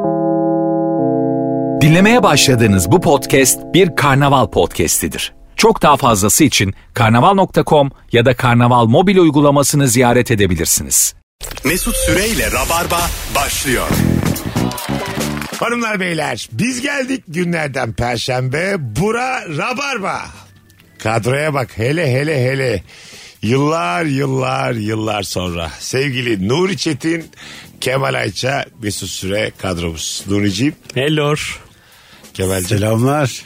Dinlemeye başladığınız bu podcast bir karnaval podcastidir. Çok daha fazlası için karnaval.com ya da karnaval mobil uygulamasını ziyaret edebilirsiniz. Mesut Süreyle Rabarba başlıyor. Hanımlar beyler, biz geldik günlerden Perşembe. Bura Rabarba. Kadroya bak, hele. Yıllar sonra. Sevgili Nuri Çetin, Kemal Ayça, Mesut Süre kadromuz. Nuri'ciğim. Hello. Kemal'ciğim. Selamlar.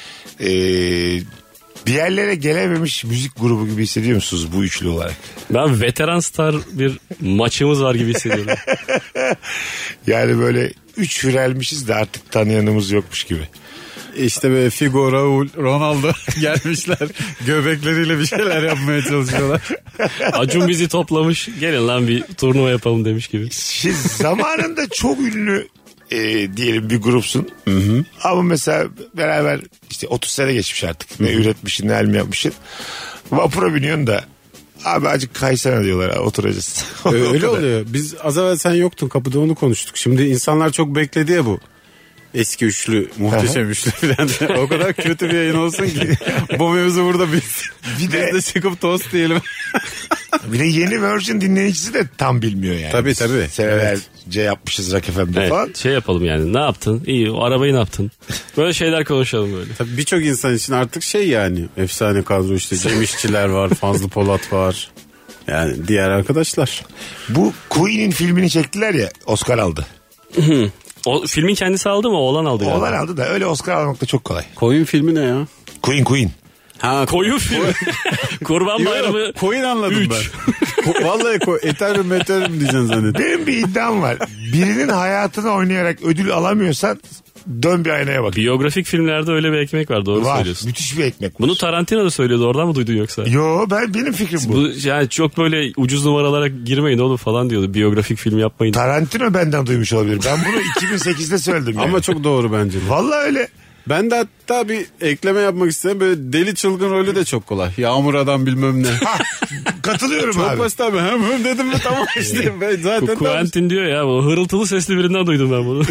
Bir yerlere gelememiş müzik grubu gibi hissediyor musunuz bu üçlü olarak? Ben veteran star bir maçımız var gibi hissediyorum. Yani böyle üç hürelmişiz de artık tanıyanımız yokmuş gibi. İşte böyle Figo, Raul, Ronaldo gelmişler. Göbekleriyle bir şeyler yapmaya çalışıyorlar. Acun bizi toplamış. Gelin lan bir turnuva yapalım demiş gibi. Siz zamanında çok ünlü diyelim bir grupsun. Hı. Ama mesela beraber işte 30 sene geçmiş artık. Ne üretmişsin, ne elmi yapmışsın. Vapura biniyorsun da abi azıcık kaysana diyorlar, oturacağız. Öyle oluyor. Biz az evvel sen yoktun, kapıda onu konuştuk. Şimdi insanlar çok bekledi ya bu. Eski üçlü, muhteşem üçlü falan. O kadar kötü bir yayın olsun ki bu mevzu burada biz de çıkıp tost diyelim. Bir de yeni version dinleyicisi de tam bilmiyor yani. Tabii. Senelerce yapmışız Rock FM'de Evet, falan. şey yapalım yani. Ne yaptın? İyi, o arabayı ne yaptın? Böyle şeyler konuşalım böyle. Tabii birçok insan için artık şey yani. Efsane kadro işte. Cem İşçiler var, Fazlı Polat var. Yani diğer arkadaşlar. Bu Queen'in filmini çektiler ya, Oscar aldı. O filmin kendisi aldı mı? Oğlan aldı galiba. Oğlan aldı da öyle Oscar almak da çok kolay. Koyun filmi ne ya? Queen. Ha, Koyun filmi. Kurban Bayramı. Koyun anladım 3. ben. Vallahi Ethereum diyeceksin zannettim. Benim bir iddiam var. Birinin hayatını oynayarak ödül alamıyorsan dön bir aynaya bak. Biyografik filmlerde öyle bir ekmek var, doğru Var. söylüyorsun. Müthiş bir ekmek var. Bunu Tarantino da söylüyordu, oradan mı duydun yoksa? Yo, benim fikrim bu. Bu yani çok böyle ucuz numaralara girmeyin oğlum falan diyordu. Biyografik film yapmayın. Tarantino benden duymuş olabilir. Ben bunu 2008'de söyledim yani. Ama çok doğru bence. Vallahi öyle. Ben de hatta bir ekleme yapmak istedim. Böyle deli çılgın rolü de çok kolay. Yağmur adam bilmem ne. Katılıyorum Çok abi. basit abi. Hem dedim mi tamam işte. Ben zaten Quentin diyor ya, bu hırıltılı sesli birinden duydum ben bunu.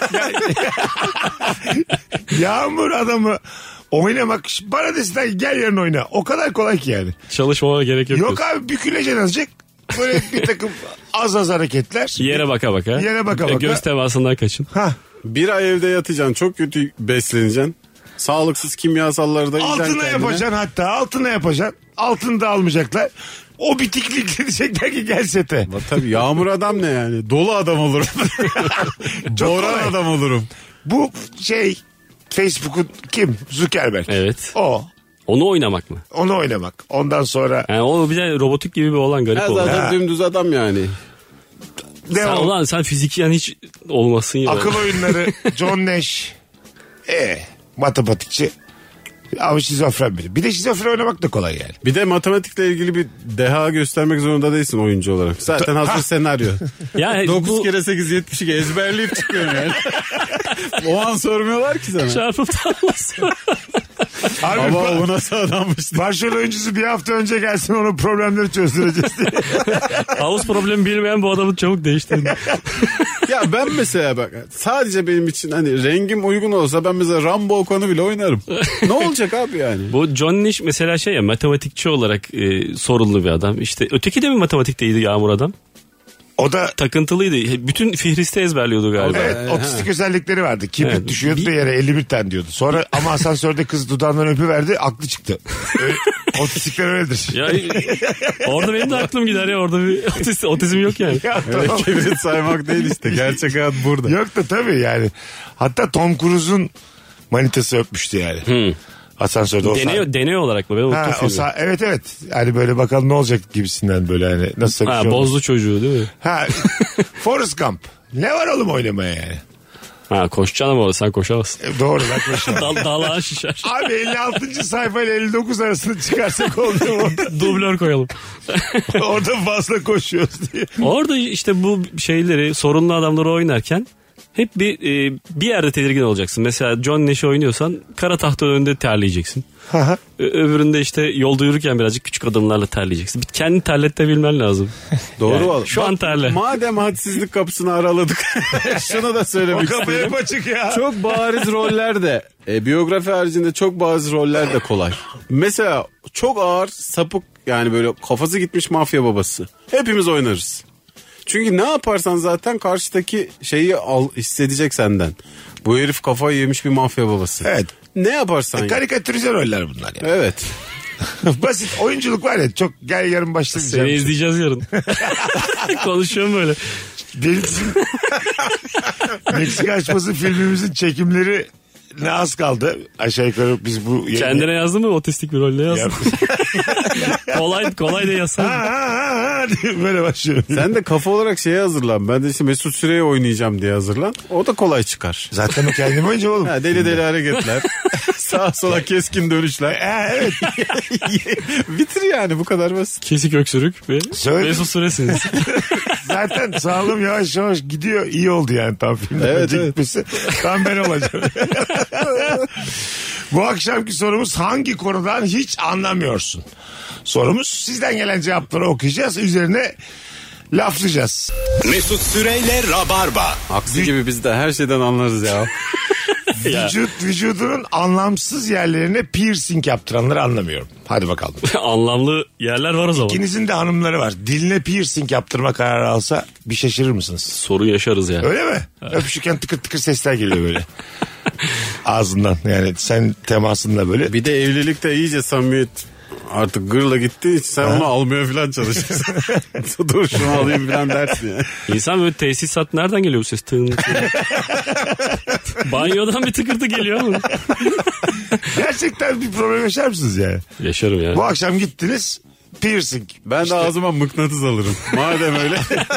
Yağmur adamı oynamak, bana desinler gel yarın oyna. O kadar kolay ki yani. Çalışmama gerek yok. Yok abi, büküleceksin azıcık. Böyle bir takım az hareketler. Yere baka baka. Yere baka baka. Göz temasından kaçın. Ha. bir ay evde yatacaksın. Çok kötü besleneceksin. Sağlıksız kimyasalları da yiyeceksin. Altına yapacaksın hatta. Altına yapacaksın. Altını da almayacaklar. O bitiklikle diyecekler ki gel sete. Tabii Yağmur adam ne yani? Dolu adam olurum. Boran kolay. adam olurum. Bu Facebook'un kim? Zuckerberg. Evet. Onu oynamak mı? Onu oynamak. Ondan sonra. Yani o bir de robotik gibi bir olan, garip Ya olan. zaten dümdüz adam yani. Sen fizikiyen hiç olmasın ya. Akıl oyunları. John Nash. Matematikçi. Ama şizofren biri. Bir de şizofren oynamak da kolay yani. Bir de matematikle ilgili bir deha göstermek zorunda değilsin oyuncu olarak. Zaten hazır senaryo. Ya 9 kere 8 72 ezberleyip çıkıyorsun yani. O an sormuyorlar ki sana. Çarpıp tanımlasın. Abi Ama o nasıl adammış diye. başrol oyuncusu bir hafta önce gelsin, onun problemleri çözdüreceğiz diye. Havuz problemi bilmeyen bu adamı çabuk değiştirdi. Ya ben mesela bak, sadece benim için hani rengim uygun olsa ben mesela Rambo Okan'ı bile oynarım. Ne olacak abi yani? Bu John Nash mesela ya, matematikçi olarak sorunlu bir adam. İşte öteki de mi matematikteydi Yağmur adam? O da Takıntılıydı. Bütün Fihristi ezberliyordu galiba. evet, otistik özellikleri vardı. Kibrit düşüyordu da yere 51 tane diyordu. Sonra ama asansörde kız dudağından öpüverdi, aklı çıktı. Otistikler öyledir. Ya, orada benim de aklım gider ya. Orada bir otizm yok yani. Ya, Öyle tamam. kibrit saymak değil işte. Gerçek hayat burada. Yok da tabii yani. Hatta Tom Cruise'un manitası öpmüştü yani. Asansörde Deney olarak mı? Ben unuttum filmi. Evet. Hani böyle bakalım ne olacak gibisinden, böyle hani nasıl bir şey bozdu çocuğu değil mi? Forrest Gump. Ne var oğlum oynamaya yani? Koşacaksın ama sen koşamazsın. Doğru, ben koşamam. Dalağa şişer. Abi 56. sayfa ile 59 arasını çıkarsak olmuyor mu? Dublör koyalım. Orada fazla koşuyoruz diye. Orada işte bu şeyleri, sorunlu adamları oynarken hep bir yerde tedirgin olacaksın. Mesela John Nash'i oynuyorsan kara tahtanın önünde terleyeceksin. Öbüründe işte yolda yürürken birazcık küçük adımlarla terleyeceksin. Kendini terlettebilmen lazım. Doğru valla. Şu an terle. Madem hadsizlik kapısını araladık. Şunu da söylemek istedim. O kapı hep açık ya. Çok bariz roller de biyografi haricinde çok bariz roller de kolay. Mesela çok ağır sapık, yani böyle kafası gitmiş mafya babası. Hepimiz oynarız. Çünkü ne yaparsan zaten karşıdaki şeyi hissedecek senden. Bu herif kafayı yemiş bir mafya babası. Evet. Ne yaparsan Karikatürize roller bunlar ya. Evet. Basit oyunculuk var ya, çok gel yarın başlayacağım. Seni izleyeceğiz yarın. Konuşuyorum böyle. Benim Meksika açması filmimizin çekimleri ne az kaldı. Aşağı yukarı biz bu... Kendine yazdın mı otistik bir rolle yazdın? kolay da yazsan. Böyle başlıyorum. Sen de kafa olarak şeye hazırlan. Ben de işte Mesut Süre'ye oynayacağım diye hazırlan. O da kolay çıkar. Zaten o kendime oynayacağım oğlum. Deli deli hareketler. Sağa sola keskin dönüşler. Evet. Bitir yani, bu kadar basit. Kesik öksürük ve Söyledim. Mesut Süresiniz. Zaten sağlığım yavaş yavaş gidiyor. İyi oldu yani tam filmden Evet, evet. gitmesi. Tam ben olacağım. Bu akşamki sorumuz, hangi konudan hiç anlamıyorsun? Sorumuz, sizden gelen cevapları okuyacağız. Üzerine laflayacağız. Mesut Süreyle Rabarba. Aksi gibi biz de her şeyden anlarız ya. Vücudunun anlamsız yerlerine piercing yaptıranları anlamıyorum. Hadi bakalım. Anlamlı yerler var o zaman. İkinizin de hanımları var. Diline piercing yaptırma kararı alsa bir şaşırır mısınız? Sorun yaşarız yani. Öyle mi? Öpüşürken tıkır tıkır sesler geliyor böyle. Ağzından, yani sen temasında böyle. Bir de evlilikte iyice samimiyet artık gırla gittiği için sen onu almaya falan çalışırsın. Dur şunu alayım falan dersin ya. İnsan böyle tesisat, nereden geliyor bu ses? Tığın. Banyodan bir tıkırtı geliyor ama. Gerçekten bir problem yaşar mısınız yani? Yaşarım yani. Bu akşam gittiniz, piercing. Ben de ağzıma mıknatıs alırım. Madem öyle.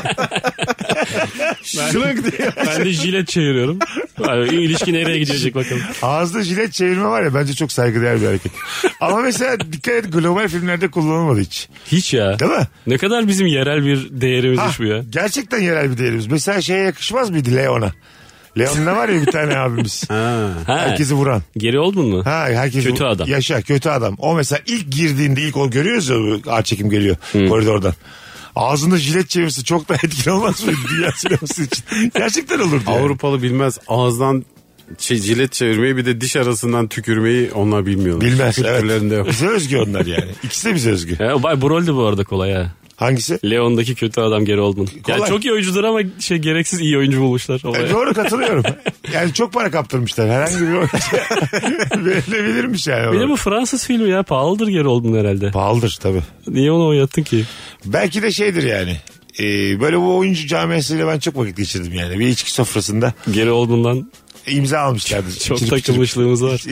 Şılık diye. Ben de jilet çeviriyorum. Yani ilişki nereye gidecek bakalım. Ağızda jilet çevirme var ya, bence çok saygıdeğer bir hareket. Ama mesela dikkat et, global filmlerde kullanılmadı hiç. Hiç ya. Değil mi? Ne kadar bizim yerel bir değerimizmiş bu ya. Gerçekten yerel bir değerimiz. Mesela şeye yakışmaz mıydı, Leon'a? Leon'da var ya bir tane abimiz. Herkesi vuran. Geri oldun mu? Herkesi Kötü adam. Yaşa, kötü adam. O mesela ilk girdiğinde, ilk o görüyoruz ya, ağır çekim geliyor koridordan. Ağzında jilet çevirse çok da etkili olmaz mı dünya sineması için? Gerçekten olurdu yani. Avrupalı bilmez ağızdan jilet çevirmeyi, bir de diş arasından tükürmeyi onlar bilmiyorlar. Bilmez, Kültürlerinde evet. yok. Bize özgü onlar yani. İkisi de bize özgü. Bu rol de bu arada kolay ha. Hangisi? Leon'daki kötü adam Gary Oldman. Yani çok iyi oyuncudur ama gereksiz iyi oyuncu bulmuşlar. Doğru, katılıyorum. Yani çok para kaptırmışlar. Herhangi bir oyuncu verilebilirmiş yani. Bir de bu Fransız filmi ya, pahalıdır Gary Oldman herhalde. Pahalıdır tabii. Niye onu oynattın ki? Belki de şeydir yani. Böyle bu oyuncu camiasıyla ben çok vakit geçirdim yani. Bir içki sofrasında Gary Oldman'dan imza almışlardı. çok takılmışlığımız var.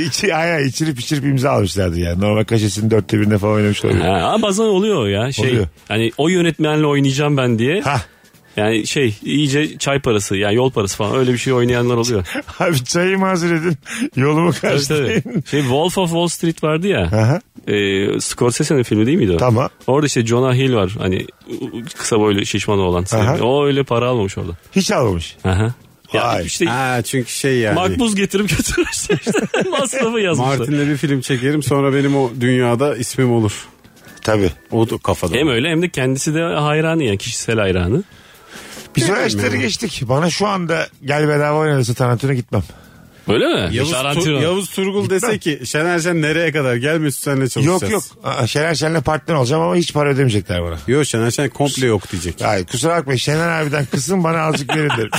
İçirip imza almışlardı yani. Normal kaşesinin 1/4'ine falan oynamış oluyor. Ama bazen oluyor ya. Oluyor. Hani o yönetmenle oynayacağım ben diye. Hah. Yani iyice çay parası, yani yol parası falan, öyle bir şey oynayanlar oluyor. Abi çayımı hazır edin. Yolumu karşılayın. Wolf of Wall Street vardı ya. Aha. Scorsese'nin filmi değil miydi o? Tamam. Orada işte Jonah Hill var. Hani kısa boylu şişman olan. O öyle para almamış orada. Hiç almamış. Aha. Ya Vay. işte Çünkü şey yani. makbuz getirip götürmüşler işte. Masrafı yazmışlar. Martin'le bir film çekerim, sonra benim o dünyada ismim olur. Tabii. O da kafada. Hem öyle hem de kendisi de hayranı, yani kişisel hayranı. Biz o yaşları geçtik. Bana şu anda gel bedava oynarsa Tarantino gitmem. Öyle mi? Yavuz Turgul dese ki Şener Şen nereye kadar, gel Mesut senle çalışacağız. Yok. Şener Şen'le partner olacağım ama hiç para ödemeyecekler bana. Yok, Şener Şen komple yok diyecek. Hayır, kusura bakmayın, Şener abiden kısın, bana azıcık verin derim.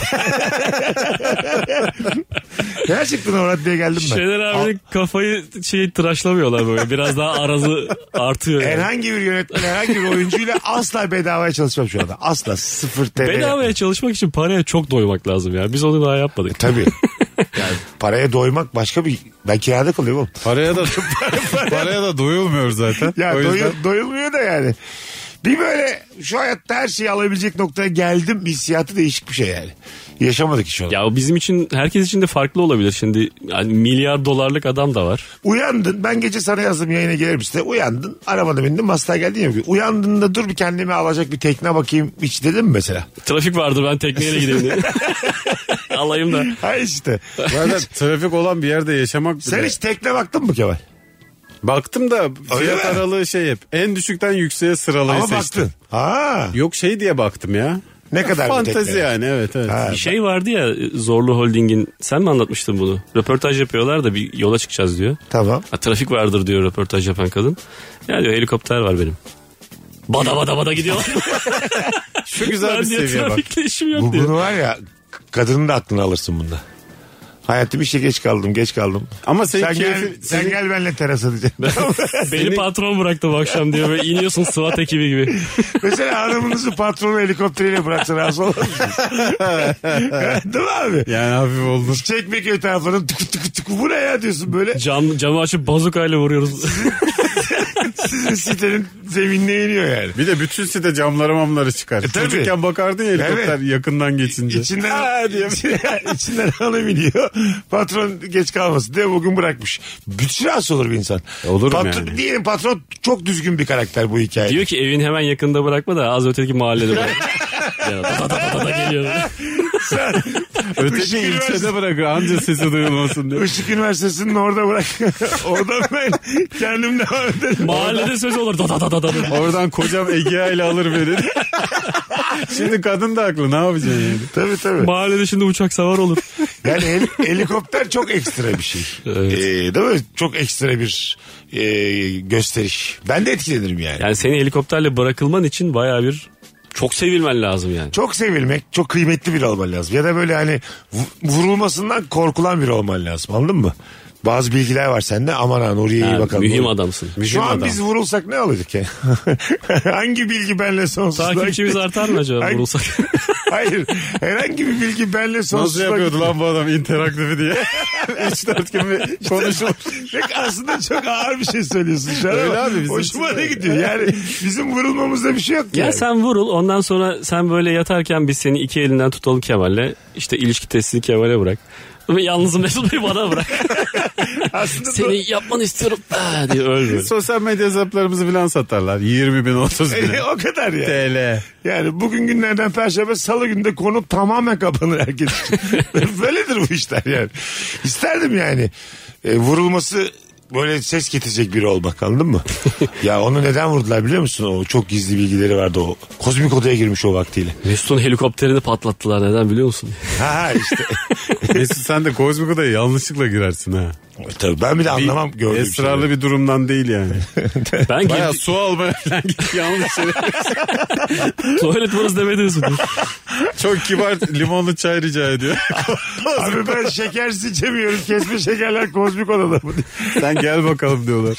Gerçekten o raddeye geldim ben. Şener abinin kafayı tıraşlamıyorlar böyle. Biraz daha arazı artıyor. Yani. Herhangi bir yönetmen, herhangi bir oyuncuyla asla bedavaya çalışmam şu anda. Asla, 0 TL. Bedavaya çalışmak için paraya çok doymak lazım ya. Biz onu daha yapmadık. Tabii. Yani paraya doymak başka bir... Ben kirada kalıyorum oğlum. Paraya da doyulmuyor zaten. Ya o yüzden... doyulmuyor da yani. Bir böyle şu hayatta her şeyi alabilecek noktaya geldim hissiyatı değişik bir şey yani. Yaşamadık hiç onu. Ya o bizim için, herkes için de farklı olabilir. Şimdi yani milyar dolarlık adam da var. Uyandın, ben gece sana yazdım yayına gelir misin diye. Uyandın, arabada bindin, hastaya geldin ya. Uyandığında dur bir kendime alacak bir tekne bakayım hiç dedim mi mesela? Trafik vardır, ben tekneyle gideyim diye. Alayım da. Ha işte. Zaten trafik olan bir yerde yaşamak bile. Sen hiç tekne baktın mı Kemal? Baktım da fiyat mi? aralığı şey hep. En düşükten yükseğe sıralayı Ama seçtim. baktın. Ha. Yok şey diye baktım ya. Ne kadar bir Fantezi tekne? yani, evet. Ha. Bir şey vardı ya, Zorlu Holding'in, sen mi anlatmıştın bunu? Röportaj yapıyorlar da bir yola çıkacağız diyor. Tamam. Ha, trafik vardır diyor röportaj yapan kadın. Ya diyor helikopter var benim. Bada gidiyor. Şu güzel bir seviye bak. Trafikle işim yok diyor. Bunu var ya, kadının da aklını alırsın bunda. Hayatım işe geç kaldım. Ama senin Sen keyfin, sen gel benimle terasa diyeceksin. Beni patron bıraktı bu akşam diyor. Böyle iniyorsun SWAT ekibi gibi. Mesela hanımınızı patronu helikopteriyle bıraksa rahatsız olur musunuz? Değil mi abi? yani hafif oldu. Çekmeköy taraflarının tık bu ne ya diyorsun böyle. Camı açıp bazukayla vuruyoruz. Sizin sitenin zeminine iniyor yani. Bir de bütün site camları mamları çıkar. tabii. Çocukken bakardın ya helikopter yakından geçince. İçinden hanım iniyor. Patron geç kalmasın diye bugün bırakmış. Müthiş rahatsız olur bir insan. Olurum yani. Diyelim patron çok düzgün bir karakter bu hikaye. Diyor ki evin hemen yakında bırakma da az öteki mahallede bırak. Ya, da geliyor. Öteki Işık ilçede bırakır anca sesi duyulmasın diye. Işık Üniversitesi'nin orada bırak. Oradan ben kendim devam ederim. Mahallede söz olur. Da. Oradan kocam Egea ile alır beni. Şimdi kadın da haklı, ne yapacaksın yani? Tabii. Mahallede şimdi uçak savar olur. Yani helikopter çok ekstra bir şey. Evet. Değil mi? Çok ekstra bir gösteriş. Ben de etkilenirim yani. Yani seni helikopterle bırakılman için bayağı bir çok sevilmen lazım yani. Çok sevilmek, çok kıymetli biri olman lazım. Ya da böyle hani vurulmasından korkulan biri olman lazım. Anladın mı? Bazı bilgiler var sende. Aman ha Nuriye iyi bakalım. Mühim adamsın. Şu an biz vurulsak ne olacak ya? Hangi bilgi benle sonsuza? Takipçimiz artar mı acaba vurulsak? Hayır. Herhangi bir bilgi benle sonsuza. Nasıl yapıyordu lan bu adam interaktifi diye? 3-4 gün bir konuşulur. Aslında çok ağır bir şey söylüyorsun şu an. Öyle abi, bizim hoşuma da gidiyor. Yani bizim vurulmamızda bir şey yok Ya yani. sen vurul, ondan sonra sen böyle yatarken biz seni iki elinden tutalım Kemal'le. İşte ilişki testini Kemal'e bırak. Ve yalnızım Mesut Bey bana bırak. Aslında Seni yapmanı istiyorum diye ölmüyor. Sosyal medya hesaplarımızı falan satarlar. 20 bin 30 bin. o kadar ya. TL. Yani bugün günlerden Perşembe, Salı günde konu tamamen kapanır herkes için. Böyledir bu işler yani. İsterdim yani vurulması böyle ses getirecek biri olmak, anladın mı? Ya onu neden vurdular biliyor musun? O çok gizli bilgileri vardı o. Kozmik odaya girmiş o vaktiyle. Mesut'un helikopterini patlattılar, neden biliyor musun? Ha işte. Mesut sen de kozmik odaya yanlışlıkla girersin ha. Tabii ben bir de anlamam gördüğüm Esrarlı bir durumdan değil yani. Ben Bayağı su almaya falan git yanlış yere. tuvalet burası demediniz. Çok kibar limonlu çay rica ediyor. Abi ben şekersiz içemiyorum. Kesme şekerler kozmik odada mı? Sen gel bakalım diyorlar.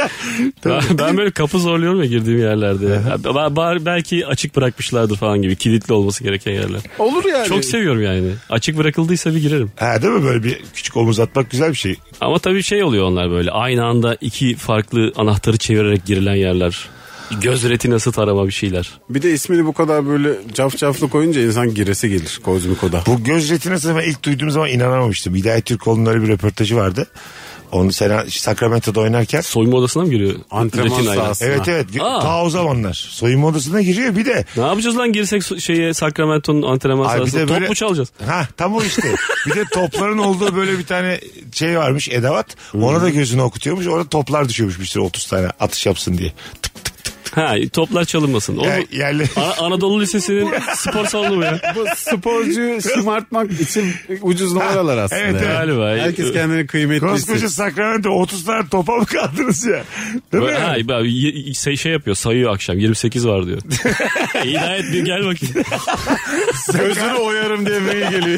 Ben böyle kapı zorluyorum ya girdiğim yerlerde. Belki açık bırakmışlardır falan gibi. Kilitli olması gereken yerler. Olur yani. Çok seviyorum yani. Açık bırakıldıysa bir girerim. Ha değil mi, böyle bir küçük omuz atmak güzel bir şey. Ama tabii şey oluyor onlar böyle. Aynı anda iki farklı anahtarı çevirerek girilen yerler. Göz retinası tarama bir şeyler. Bir de ismini bu kadar böyle cafcaflı koyunca insan giresi gelir kozmik oda. Bu göz retinası ben ilk duyduğum zaman inanamamıştım. Hidayet Türkoğlu'nun bir röportajı vardı. Onu sen Sacramento'da oynarken. Soyunma odasına mı giriyor? Antrenman Retinayla. sahası. Evet. Ta o zamanlar. Soyunma odasına giriyor bir de. Ne yapacağız lan girsek Sacramento'nun antrenman sahasına? Top mu çalacağız? Ha tam o işte. Bir de topların olduğu böyle bir tane şey varmış, edevat. Ona da gözünü okutuyormuş. Orada toplar düşüyormuş bir sürü 30 tane atış yapsın diye. Tık tık. Ha toplar çalınmasın. O yerli... Anadolu Lisesi'nin spor salonu mu ya? Bu sporcuyu şımartmak için ucuz numaralar aslında. Evet. Galiba. Herkes kendini kıymetli Koskoca hissetsin. Sacramento 30 tane topa mı kaldınız ya? Değil mi? Şey yapıyor, sayıyor akşam 28 var diyor. Hidayet bir gel bakayım. Gözünü oyarım diye mail geliyor.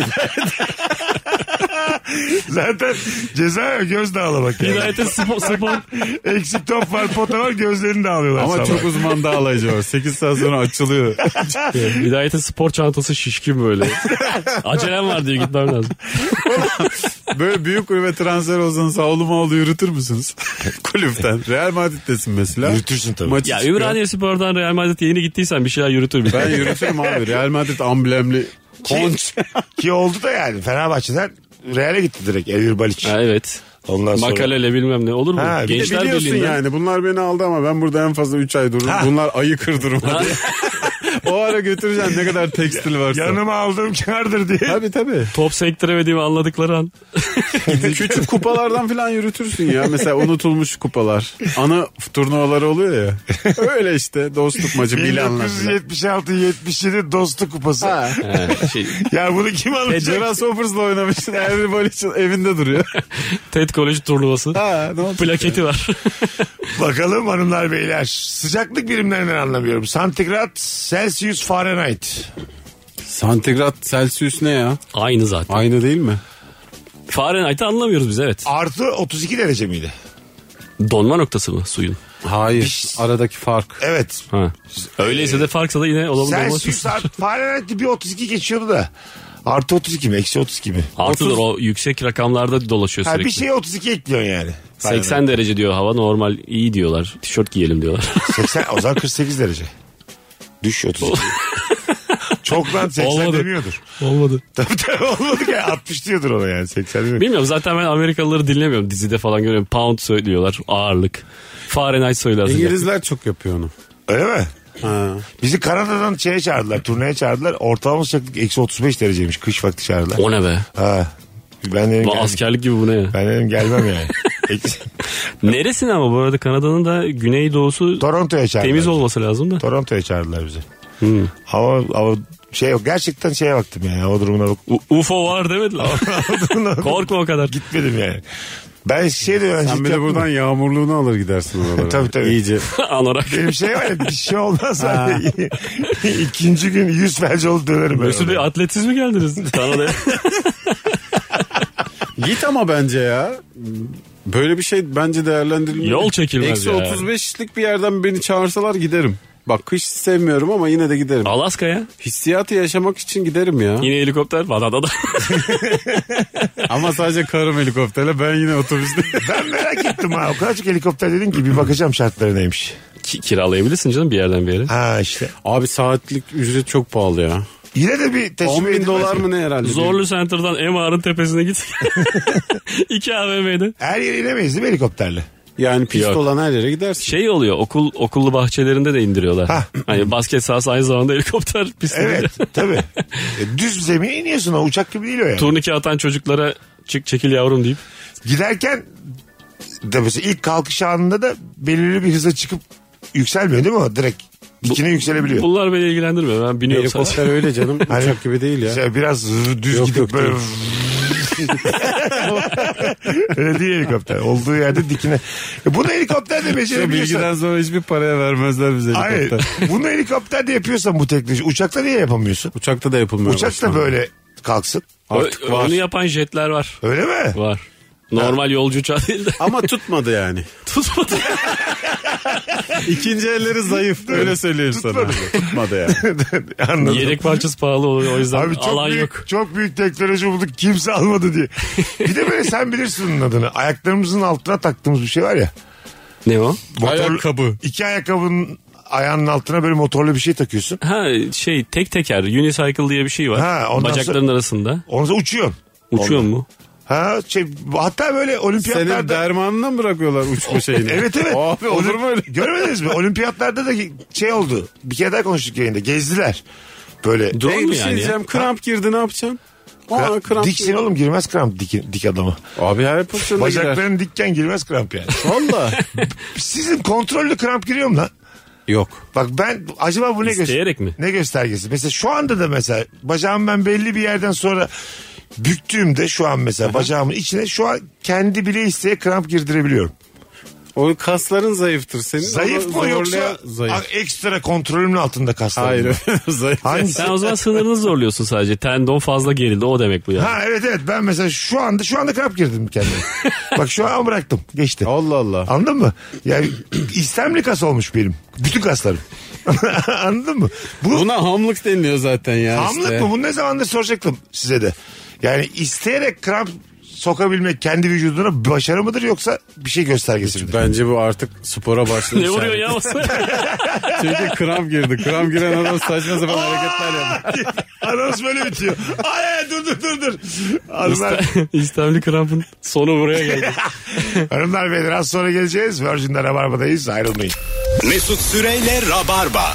Zaten ceza göz dağlamak yani. Hidayet'in spor. Eksik top var, pota var, gözlerini dağılıyorlar. Ama sabah. çok uzman dağlayıcı var. 8 saat sonra açılıyor. Hidayet'in spor çantası şişkin böyle. Acelem var diyor, gitmem lazım. Böyle büyük kulübe transfer olsanız Oğlu yürütür müsünüz? Kulüpten. Real Madrid'desin mesela. Yürütürsün tabii. Maçı Ya çıkıyor. Ümraniye Spor'dan Real Madrid'e yeni gittiysen bir şeyler yürütür. Ben yürütürüm abi. Real Madrid amblemli. Konç. Ki oldu da yani. Fenerbahçe'den Real'e gitti direkt. Elvir Baliç. Ha, evet. Ondan sonra. Makalele bilmem ne olur mu? Ha, bir de Gençler Biliyorsun Birliği'nden. yani bunlar beni aldı ama ben burada en fazla 3 ay dururum. Bunlar ayı kırdurum hadi. O ara götüreceksin ne kadar tekstil varsa. Yanıma aldığım kârdır diye. Tabii. Top sektiremediğimi anladıkları an. Küçük kupalardan falan yürütürsün ya. Mesela unutulmuş kupalar. Ana turnuvaları oluyor ya. Öyle işte dostluk maçı Milan'la. 1976-77 Dostluk Kupası. Ha. Şey, Ya bunu kim alacak? Gerard Sopers'la oynamışsın. Elvir Baliç'in evinde duruyor. TED College turnuvası. Ha, ne oldu? Plaketi var. Bakalım hanımlar beyler. Sıcaklık birimlerinden anlamıyorum. Santigrat, Celsius, Fahrenheit. Santigrat Celsius ne ya? Aynı zaten. Aynı değil mi? Fahrenheit'i anlamıyoruz biz, evet. Artı 32 derece miydi? Donma noktası mı suyun? Hayır. Aradaki fark. Evet. Ha. Öyleyse de farksa da yine olalım. Celsius Fahrenheit'te bir 32 geçiyordu da. Artı 32 mi? Eksi 32 mi? Artıdır, o yüksek rakamlarda dolaşıyor Ha, sürekli. bir şeye 32 ekliyorsun yani. 80 derece diyor hava, normal iyi diyorlar. Tişört giyelim diyorlar. 80, o zaman 48 derece. Düş 32. Çok lan 80 Olmadı. demiyordur. Olmadı. Tabii olmadı ki 60 diyordur ona yani 80 demiyor. Bilmiyorum, zaten ben Amerikalıları dinlemiyorum. Dizide falan görüyorum. Pound söylüyorlar, ağırlık. Fahrenheit söylerler. İngilizler çok yapıyor onu. Öyle mi? Ha. Bizi Kanada'dan şeye çağırdılar, turneye çağırdılar. Ortalama sıcaklık eksi 35 dereceymiş. Kış vakti çağırdılar. O ne be? Ha. Ben dedim, Askerlik gibi bu ne ya? ben dedim gelmem yani. Neresine ama bu arada Kanada'nın da güneydoğusu Toronto'ya çağırdılar. temiz olması lazım da. Toronto'ya çağırdılar bizi. Ama şey yok. Gerçekten şeye baktım yani. O durumuna bak. UFO var demediler. Korkma o kadar. Gitmedim yani. Ben şey de öğrencilik Sen bir de yaptım. buradan yağmurluğunu alır gidersin oralara. Tabii. İyice. Anorak. Benim şey var ya, bir şey olmaz. İkinci gün 100 felç olup dönerim. ben Mesut Bey, oraya. atletizm mi geldiniz Kanada'ya? Git ama bence ya. Böyle bir şey bence değerlendirilmeli. Yol çekilmez Eksi ya. 35'lik bir yerden beni çağırsalar giderim. Bak kış sevmiyorum ama yine de giderim. Alaska'ya. Hissiyatı yaşamak için giderim ya. Yine helikopter. Vadadada. Ama sadece karım helikopterle, ben yine otobüste. Ben merak ettim ha. O kadar çok helikopter dedin ki bir bakacağım şartları neymiş. Kiralayabilirsin canım bir yerden bir yere. Ha işte. Abi saatlik ücret çok pahalı ya. Yine de bir tecrübe 10 bin edilmez dolar mi? mı ne herhalde? Zorlu Center'dan MR'ın tepesine git. 2 AVM'de. Her yere inemeyiz değil mi helikopterle? Yani pist Yok. olan her yere gidersin. Şey oluyor, okullu bahçelerinde de indiriyorlar. Hah. Hani basket sahası aynı zamanda helikopter pisti. Evet tabii. Düz zemine iniyorsun, o uçak gibi değil o yani. Turnike atan çocuklara çık çekil yavrum deyip. Giderken de mesela ilk kalkış anında da belirli bir hıza çıkıp yükselmiyor değil mi o? Direkt dikine yükselebiliyor. Bunlar beni ilgilendirmiyor. Ben biniyorum sana. Helikopter öyle canım. Uçak gibi değil ya. Şey, biraz düz Yok, gidip yok, böyle... değil. Öyle değil helikopter. Olduğu yerde dikine. Bunu helikopter de Şu becerebiliyorsan. bilgiden sonra hiçbir paraya vermezler bize Hayır. helikopter. Bunu helikopter de yapıyorsan bu teknoloji. Uçakta niye yapamıyorsun? Uçakta da yapılmıyor. Uçak da başlama. böyle kalksın. Artık var. Onu yapan jetler var. Öyle mi? Var. Normal yolcu uçağı değil de. Ama tutmadı yani. Tutmadı. İkinci elleri zayıf. Öyle söyleyeyim sana. Tutmadı yani. Anladım. Yedek parçası pahalı oluyor, o yüzden Abi alan büyük, yok. çok büyük teknoloji bulduk, kimse almadı diye. Bir de böyle sen bilirsin onun adını. Ayaklarımızın altına taktığımız bir şey var ya. Ne o? Ayakkabı. İki ayakkabının ayağının altına böyle motorlu bir şey takıyorsun. Ha şey, tek teker unicycle diye bir şey var. Ha, ondan Bacakların arasında. Ondan sonra uçuyorsun. Uçuyor Ondan. mu? Ha hatta böyle Senin olimpiyatlarda... dermanına mı bırakıyorlar uçma şeyini? Evet. Abi olur mu öyle? Görmediniz mi? Olimpiyatlarda da şey oldu. Bir kere daha konuştuk yayında. Gezdiler. Böyle. Drone mu Bir şey yani ya? diyeceğim. Kramp girdi, ne yapacaksın? Aa, kramp Diksin girdi. oğlum, girmez kramp dik adama. Abi her pozisyonda girer. Bacakların dikken girmez kramp yani. Valla. Sizin kontrollü kramp giriyor mu lan? Yok. Bak ben acaba bu ne İsteyerek mi? Ne göstergesi? Mesela şu anda da mesela bacağımı ben belli bir yerden sonra büktüğümde şu an mesela bacağımın içine şu an kendi bile isteye kramp girdirebiliyorum. O kasların zayıftır senin. Zayıf Onu mı yoksa zorlayan- zayıf. ekstra kontrolümün altında kaslarım? Hayır. mı? Zayıf. Hangisi? Sen o zaman sınırını zorluyorsun sadece. Tendon fazla gerildi, o demek bu yani. Ha evet ben mesela şu anda kramp girdim kendime. Bak şu an bıraktım, geçti. Allah Allah. Anladın mı? Yani istemli kas olmuş benim. Bütün kaslarım. Anladın mı? Buna hamlık deniliyor zaten ya. Hamlık işte. mı? Bunu ne zamandır soracaktım size de. Yani isteyerek kramp sokabilmek kendi vücuduna başarı mıdır yoksa bir şey göstergesi midir? Bence bu artık spora başladı. Ne vuruyor ya? Çünkü kramp girdi. Kramp giren adam saçma sapan hareketler yapıyor. Anons böyle bitiyor. Ay dur. Hanımlar, İstemli krampın sonu buraya geldi. hanımlar beyler az sonra geleceğiz. Virgin'de Rabarba'dayız. Ayrılmayın. Mesut Süreyle Rabarba.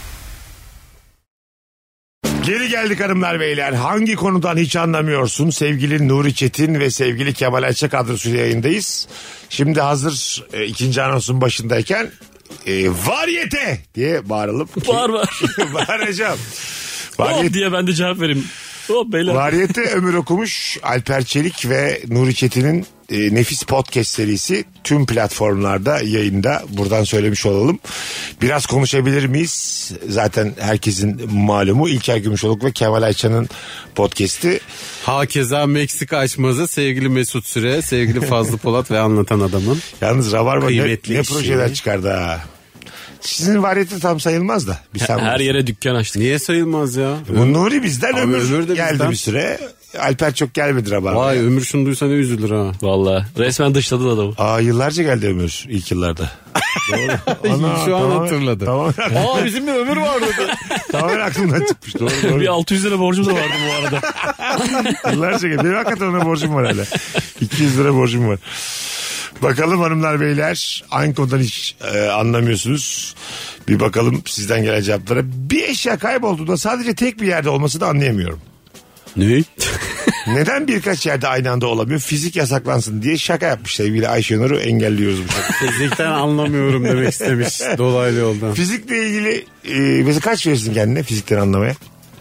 Geri geldik hanımlar beyler. Hangi konudan hiç anlamıyorsun? Sevgili Nuri Çetin ve sevgili Kemal Ayça kadrosuyla yayındayız. Şimdi hazır ikinci anonsun başındayken varyete diye bağıralım. Var. Bağıracağım. Hop diye ben de cevap vereyim. Hop beyler. Variyete ömür okumuş Alper Çelik ve Nuri Çetin'in nefis podcast serisi tüm platformlarda yayında. Buradan söylemiş olalım. Biraz konuşabilir miyiz? Zaten herkesin malumu İlker Gümüşoluk ve Kemal Ayça'nın podcast'i. Hakeza Meksika açmazı sevgili Mesut Süre, sevgili Fazlı Polat ve Anlatan Adamın. Yalnız Rabarba ne Kıymetli projeler işi. çıkardı ha. Sizin variyete tam sayılmaz da. Her yere dükkan açtık. Niye sayılmaz ya? Bu Nuri bizden, Abi ömür ömür de geldi bizden. bir süre. Alper çok gelmedi Rabarba. Vay Ömür şunu duysa ne üzülür ha. Valla resmen dışladı adamı. Yıllarca geldi ömür ilk yıllarda. Doğru. Şu an hatırladı. Tamam. Bizim de Ömür vardı. Tamamen aklımdan çıkmış. Doğru. Bir 600 lira borcum da vardı bu arada. Yıllarca geldi. Benim hakikaten ona borcum var hala. 200 lira borcum var. Bakalım hanımlar beyler, aynı konudan hiç anlamıyorsunuz. Bir bakalım sizden gelen cevaplara. Bir eşya kaybolduğunda sadece tek bir yerde olmasını anlayamıyorum. Ne? Neden birkaç yerde aynı anda olamıyor? Fizik yasaklansın diye şaka yapmış sevgili Ayşe Nur'u, engelliyoruz bu şaka. Fizikten anlamıyorum demek istemiş dolaylı yoldan. Fizikle ilgili mesela kaç verirsin kendine fizikten anlamaya?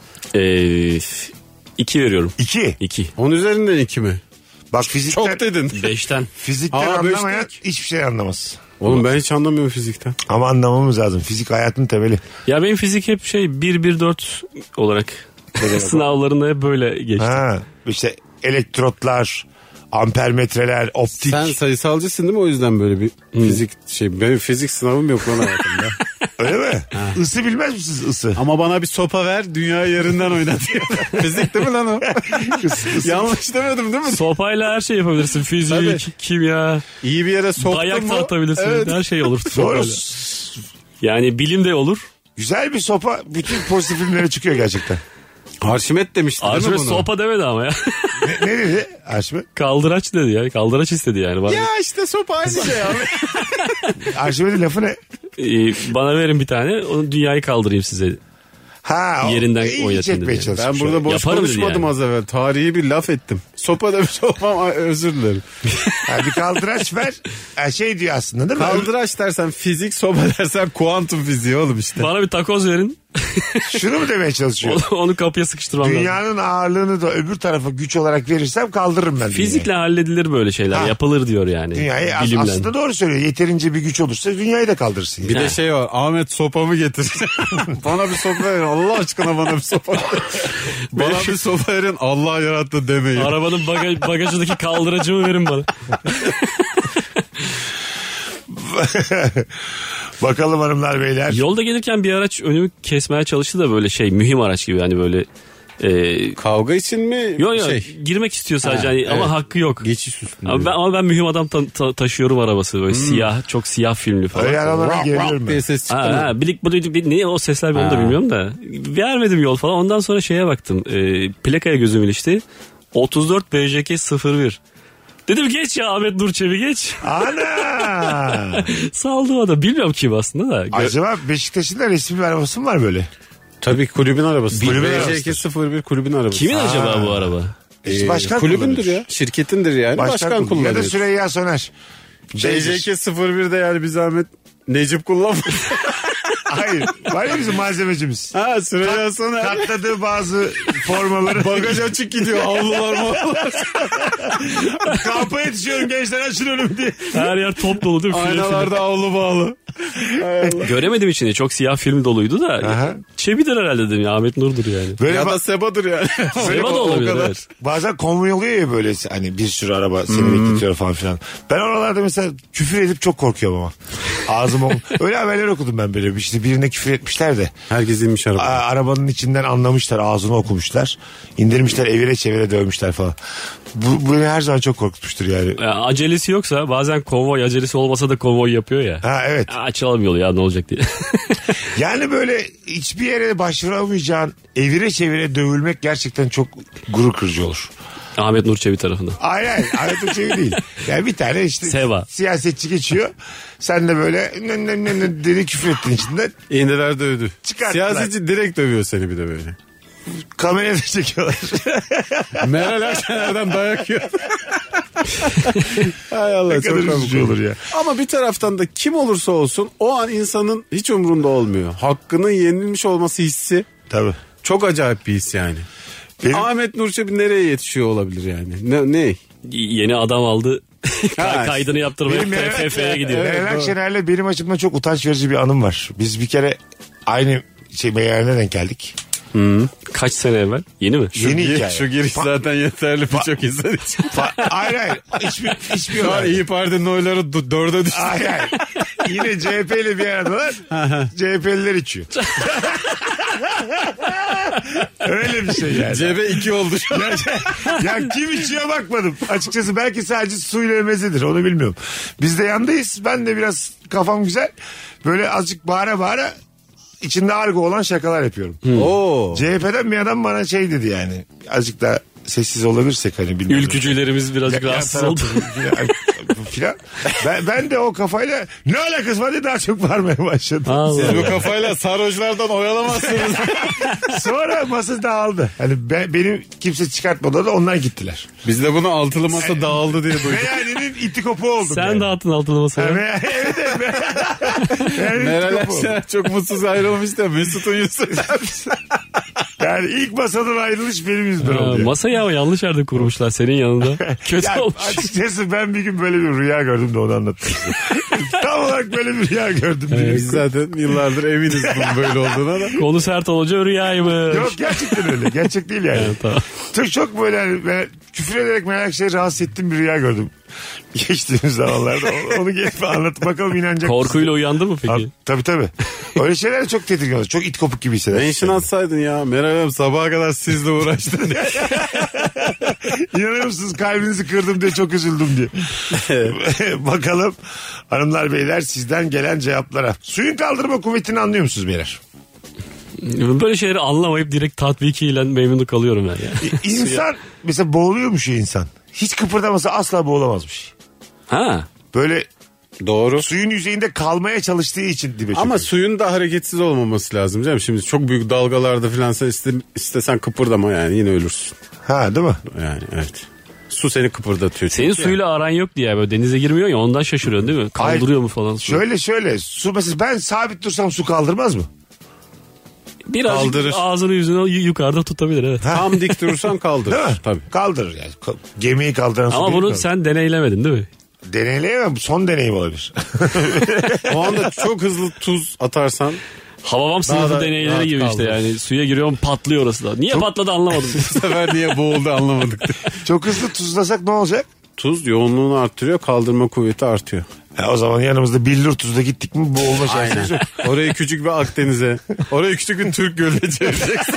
2 veriyorum. 2. 2. 10 üzerinden 2 mi? Bak fizikten, Çok dedin. 5'ten. fizikten Aa, anlamayan beş hiçbir şey anlamaz. Oğlum ben hiç anlamıyorum fizikten. Ama anlamamız lazım. Fizik hayatın temeli. Ya benim fizik hep 1-1-4 olarak sınavlarında hep böyle geçti. Ha, işte elektrotlar, ampermetreler, optik. Sen sayısalcısın değil mi, o yüzden böyle bir fizik şey. Benim fizik sınavım yok lan hayatımda. Öyle mi? Isı bilmez misiniz ısı? Ama bana bir sopa ver, dünyayı yerinden oynatıyor. Fizik değil mi lan o? Yanlış demedim değil mi? Sopayla her şey yapabilirsin. Fizik, Tabii. kimya, İyi bir yere soktun dayak mu? da atabilirsin. Evet. Her şey olur Doğru. sopayla. Yani bilim de olur. Güzel bir sopa bütün pozitif filmlere çıkıyor gerçekten. Arşimet demişti değil mi Arşimet bunu? sopa demedi ama ya. Ne dedi Arşimet? Kaldıraç dedi ya. Kaldıraç istedi yani. Bana, Ya işte sopa aynı şey abi. Arşimet'in lafı ne? bana verin bir tane. Onu dünyayı kaldırayım size. Ha, Yerinden iyi oynatın çekmeye dedi. çalışmış. Ben burada boş Yaparım dedi konuşmadım yani. az evvel. Tarihi bir laf ettim. Sopa demiş olmam, özür dilerim. Ha, bir kaldıraç ver. Ha, şey diyor aslında değil mi? Kaldıraç dersen fizik, sopa dersen kuantum fiziği oğlum işte. Bana bir takoz verin. Şunu mu demeye çalışıyor? Onu kapıya sıkıştırmam lazım. Dünyanın ağırlığını da öbür tarafa güç olarak verirsem kaldırırım ben. Fizikle halledilir böyle şeyler. Ha. Yapılır diyor yani. Dünyayı Bilimle. aslında doğru söylüyor. Yeterince bir güç olursa dünyayı da kaldırırsın. Bir Yani. de şey var, Ahmet sopamı getir. Bana bir sopa verin, Allah aşkına bana bir sopa verin. Bana bir sopa verin, Allah yarattı demeyin. Arabanın bagajındaki kaldıracımı verin bana. Bakalım hanımlar beyler. Yolda gelirken bir araç önümü kesmeye çalıştı da böyle mühim araç gibi hani böyle. Kavga için mi? Yok girmek istiyor sadece hani, ama evet. hakkı yok. Geçiş üstünde. Ama ben mühim adam taşıyorum arabası böyle siyah, çok siyah filmli falan. Öyle aralara geliyorum diye ben. ses çıktı mı? Bilik ne o sesler ben onu da bilmiyorum da. Vermedim yol falan. Ondan sonra şeye baktım. Plakaya gözüm ilişti. 34 BJK 01. Dedim geç ya Ahmet Nur Çebi geç. Ana! Saldım adam. Bilmiyorum kim aslında da. Acaba Beşiktaş'ın da resmi bir arabası mı var böyle? Tabii kulübün arabası. Kulübün BJK 01 kulübün arabası. Kimin acaba bu araba? İşte başkan kulübündür kullanır. ya. Şirketindir yani. Başkan kullanır. Ya da kullanır. Süreyya Soner. BJK 01'de yani bir zahmet Necip kullanmış. Hayır. Var ya bizim malzemecimiz. Ha Süreyya Soner. Katladığı bazı formaları. Bagaj açık gidiyor. Havlular mavlular. Kampa yetişiyorum gençler açın önümü diye. Her yer top dolu değil mi? File file. Aynalarda havlu bağlı. Göremedim içini. Çok siyah film doluydu da. Aha. Çebidir herhalde dedim ya. Ahmet Nur'dur yani. Böyle Ya da Seba'dır yani. Seba da olabilir. Evet. bazen konvoy oluyor ya böyle hani bir sürü araba seni bekletiyor falan filan. Ben oralarda mesela küfür edip çok korkuyorum ama. Ağzıma öyle haberler okudum ben böyle. İşte birine küfür etmişler de. Herkes inmiş araba. Arabanın içinden anlamışlar, ağzını okumuşlar. İndirmişler, evire çevire dövmüşler falan. Bu beni her zaman çok korkutmuştur yani. Ya, acelesi yoksa bazen konvoy acelesi olmasa da konvoy yapıyor ya. Ha evet. Açalım yolu ya ne olacak diye. Yani böyle hiçbir yere başvuramayacağın evire çevire dövülmek gerçekten çok gurur kırıcı olur. Ahmet Nur Çebi tarafından. Hayır Ahmet Nur Çebi değil. Yani bir tane işte Seva. siyasetçi geçiyor. Sen de böyle dedi küfür ettin içinden. İndiler dövdü. Çıkarttılar. Siyasetçi direkt dövüyor seni bir de böyle. Kameraya da çekiyorlar. Meral Akşener'den dayak yiyor. Hay Allah Ne kadar çok üzücü olur ya. Ama bir taraftan da kim olursa olsun o an insanın hiç umrunda olmuyor. Hakkının yenilmiş olması hissi Tabii. çok acayip bir his yani. Benim- Ahmet Nur Çebi nereye yetişiyor olabilir yani? Ne? Yeni adam aldı. Ha, Kaydını yaptırmaya Benim TFF'ye gidiyor. Meral Akşener'le benim açımdan çok utanç verici bir anım var. Biz bir kere aynı meyhanede denk geldik. Kaç sene evvel? Yeni mi? Yeni hikaye. Şu giriş zaten yeterli birçok insan için. Hayır. Hiçbir Şu an olay. İYİ Parti'nin oyları 4'e düştü. Hayır. Yine CHP ile bir aradalar. CHP'liler içiyor. Öyle bir şey yani. Cebe 2 oldu şu an. Ya kim içiyor bakmadım. Açıkçası belki sadece suyla mezedir, onu bilmiyorum. Biz de yandayız. Ben de biraz kafam güzel. Böyle azıcık bağıra bağıra içinde argo olan şakalar yapıyorum. Oo. CHP'den bir adam bana şey dedi yani. Azıcık daha sessiz olabilirsek hani bilmiyorum. Ülkücülerimiz birazcık rahatsız oldu. Filan. Ben de o kafayla ne alakası var diye daha çok bağırmaya başladım. Siz bu kafayla sarhoşlardan oyalamazsınız. Sonra masa dağıldı. Hani benim kimse çıkartmadı da onlar gittiler. Biz de bunu altılı masa dağıldı diye duyduk. Meyhanenin iti kopu oldum. Sen yani. dağıtın altılı masaya. Evet. Yani Meral iti kopu oldum. Akşener çok mutsuz ayrılmış da Mesut'un yüzü. Yani ilk masadan ayrılış benim yüzümden oldu. Yani. Masayı ama yanlış yerde kurmuşlar senin yanında. Kötü Ya, olmuş. açıkçası ben bir gün böyle bir rüya gördüm de onu anlattım size. Tam olarak böyle bir rüya gördüm. Biz zaten yıllardır eminiz bunun böyle olduğuna da. Konu sert olunca rüyaymış. Yok gerçekten öyle. Gerçek değil yani. Evet, tamam. Çok böyle hani ben küfür ederek Meral Akşener'i rahatsız ettiğim bir rüya gördüm. Geçtiğimiz zamanlarda. Onu gelip anlat bakalım inanacak Korkuyla uyandı mı peki? mısın? Tabii. Öyle şeyler çok tedirgin olur. Çok it kopuk gibi hisseder. Mention atsaydın ya. Meral Hanım sabaha kadar sizle uğraştı. İnanır mısınız kalbinizi kırdım diye çok üzüldüm diye. Bakalım hanımlar beyler sizden gelen cevaplara. Suyun kaldırma kuvvetini anlıyor musunuz beyler? Böyle şeyleri anlamayıp direkt tatbikiyle memnun kalıyorum ben ya. İnsan mesela boğuluyormuş ya insan. Hiç kıpırdamasa asla boğulamazmış. Ha. Böyle Doğru. suyun yüzeyinde kalmaya çalıştığı için dibe çöküyor. Ama suyun da hareketsiz olmaması lazım canım. Şimdi çok büyük dalgalarda falan sen istesen kıpırdama yani yine ölürsün. Ha değil mi? Yani evet. Su seni kıpırdatıyor. Senin çünkü suyla aran yok diye böyle denize girmiyor ya ondan şaşırıyorsun değil mi? Kaldırıyor mu falan su? Şöyle su mesela ben sabit dursam su kaldırmaz mı? Birazcık Kaldırır. ağzını yüzünü yukarıda tutabilir evet. Tam dik durursan kaldırır. Değil mi? Tabii. Kaldırır yani. Gemiyi kaldıran su Ama değil bunu mi? sen deneylemedin değil mi? Deneyleyemem. Son deneyim olabilir. O anda çok hızlı tuz atarsan Hababam Daha sınıfı da deneyleri rahat gibi işte kaldırır. yani suya giriyorum patlıyor orası da. Niye patladı anlamadım. bu sefer niye boğuldu anlamadık. Çok hızlı tuzlasak ne olacak? Tuz yoğunluğunu arttırıyor, kaldırma kuvveti artıyor. O zaman yanımızda billur tuzla gittik mi boğulma şansımız yok. Orayı küçük bir Akdeniz'e, orayı küçük bir Türk Gölü'ne çevireceksin.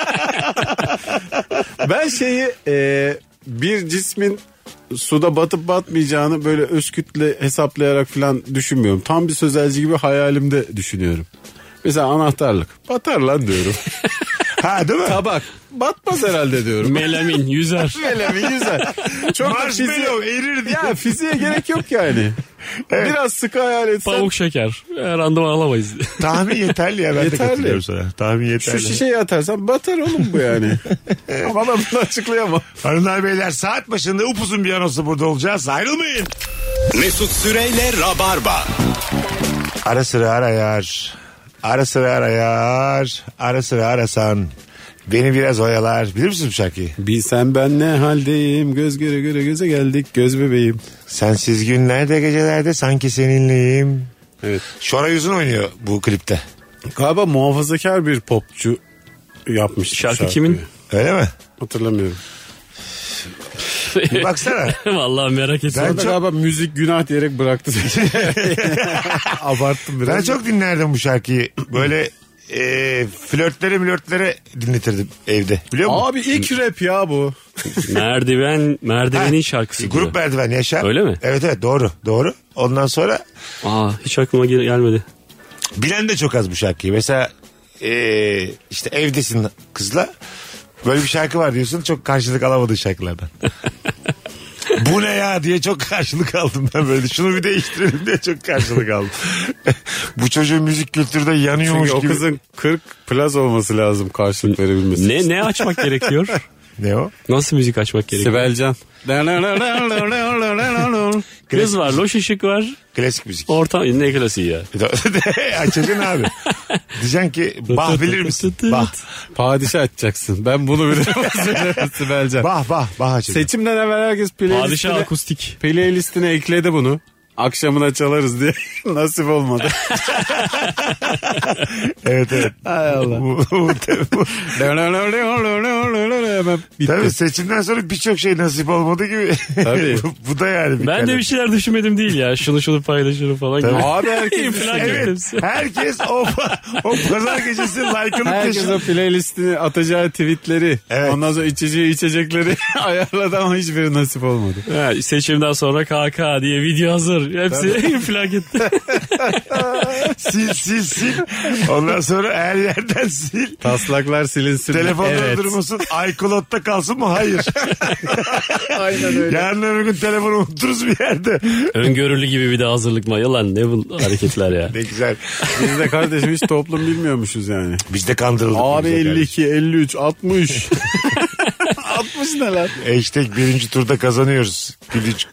Ben bir cismin suda batıp batmayacağını böyle öz kütle hesaplayarak falan düşünmüyorum. Tam bir sözelci gibi hayalimde düşünüyorum. Mesela anahtarlık. Batar lan diyorum. Ha değil mi? Tabak. Batmaz herhalde diyorum. Melamin yüzer. Melemin güzel. Çok da Marshmallow erir diye. Ya fiziğe gerek yok yani. Evet. Biraz sıkı hayal etsen. Pamuk şeker. Randıman alamayız. Tahmin yeterli ya ben de Yeterli. katılıyorum sana. Tahmin yeterli. Şu şişeyi atarsan batar oğlum bu yani. Ama ben bunu açıklayamam. Hanımlar beyler saat başında upuzun bir anonsu burada olacağız. Ayrılmayın. Mesut Süreyle Rabarba. Ara sıra arayar. Ara sıra arayar. Ara sıra arasan. Beni biraz oyalar. Bilir misiniz bu şarkıyı? Bilsen ben ne haldeyim. Göz göre göre göze geldik. Göz bebeğim. Sensiz günlerde gecelerde sanki seninleyim. Evet. Şoray Uzun oynuyor bu klipte. Galiba muhafazakar bir popçu yapmış. Şarkı kimin? Öyle mi? Hatırlamıyorum. Bir baksana. Vallahi merak ettim. Ben Sonra çok- galiba müzik günah diyerek bıraktı. Abarttım biraz. Ben çok dinlerdim bu şarkıyı. Böyle flörtlere dinletirdim evde. Biliyor musun? Abi ilk rap ya bu. Merdivenin şarkısı. Grup Merdiven Yaşar. Öyle mi? Evet doğru. Ondan sonra Hiç aklıma gelmedi. bilen de çok az bu şarkıyı. Mesela işte evdesin kızla. Böyle bir şarkı var diyorsun, çok karşılık alamadığın şarkılardan. Bu ne ya diye çok karşılık aldım ben böyle. Şunu bir değiştirelim diye çok karşılık aldım. Bu çocuğun müzik kültürde yanıyormuş Çünkü o gibi. kızın 40 plus olması lazım karşılık verebilmesi. Ne açmak gerekiyor? Ne o? Nasıl müzik açmak gerekiyor? Sibelcan. Kız var, loş ışık var. Klasik müzik. Ortam ne klasiği ya. Açacaksın abi. Diyeceksin ki bah bilir misin? Bah. Padişah açacaksın. Ben bunu bilirim. Sibelcan. Bah açacaksın. Seçimden evvel herkes Padişah akustik. playlistine ekledi bunu. Akşamına çalarız diye. Nasip olmadı. Evet. Hay Allah. Hemen bitti. Tabii seçimden sonra birçok şey nasip olmadı gibi. Tabii. Bu da yani bir Ben de kalem. bir şeyler düşünmedim değil ya. Şunu paylaşırım falan. Tabii. gibi. Abi herkes İnfilak Evet. ettim. Herkes o pazar gecesi like'ını Herkes o taşıyor. playlistini atacağı tweetleri, Evet. ondan sonra içecekleri ayarladı ama hiçbiri nasip olmadı. Ha, seçimden sonra KK diye video hazır. Hepsi infilak etti. Sil. Ondan sonra her yerden sil. Taslaklar silinsin. Telefonları Evet. durmasın. iCloud'da kalsın mı? Hayır. Aynen öyle. Yarın öbür gün telefonu unuturuz bir yerde. Öngörülü gibi bir de hazırlık mı? Yalan ne bu hareketler ya. Ne güzel. Biz de kardeşim hiç toplum bilmiyormuşuz yani. Biz de kandırıldık. Abi biz de 52, 53, 60. 60 ne lan? Hashtag birinci turda kazanıyoruz. Gülücük.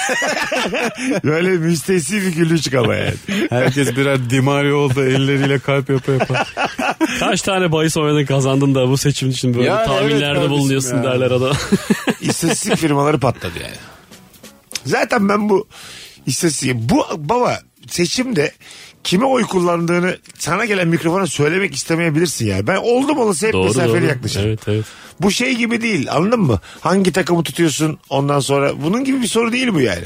Böyle müstesni bir gülücük ama yani. Herkes birer Dimario oldu elleriyle kalp yapa. Kaç tane bahis oynadın kazandın da bu seçim için böyle Yani evet tahminlerde kardeşim bulunuyorsun ya. derler adam. İstatistik firmaları patladı yani. Zaten ben bu bu baba seçimde kime oy kullandığını sana gelen mikrofona söylemek istemeyebilirsin yani. Ben oldum olası hep mesafeli yaklaşırım. Evet. Bu şey gibi değil, anladın mı? Hangi takımı tutuyorsun ondan sonra, bunun gibi bir soru değil bu yani.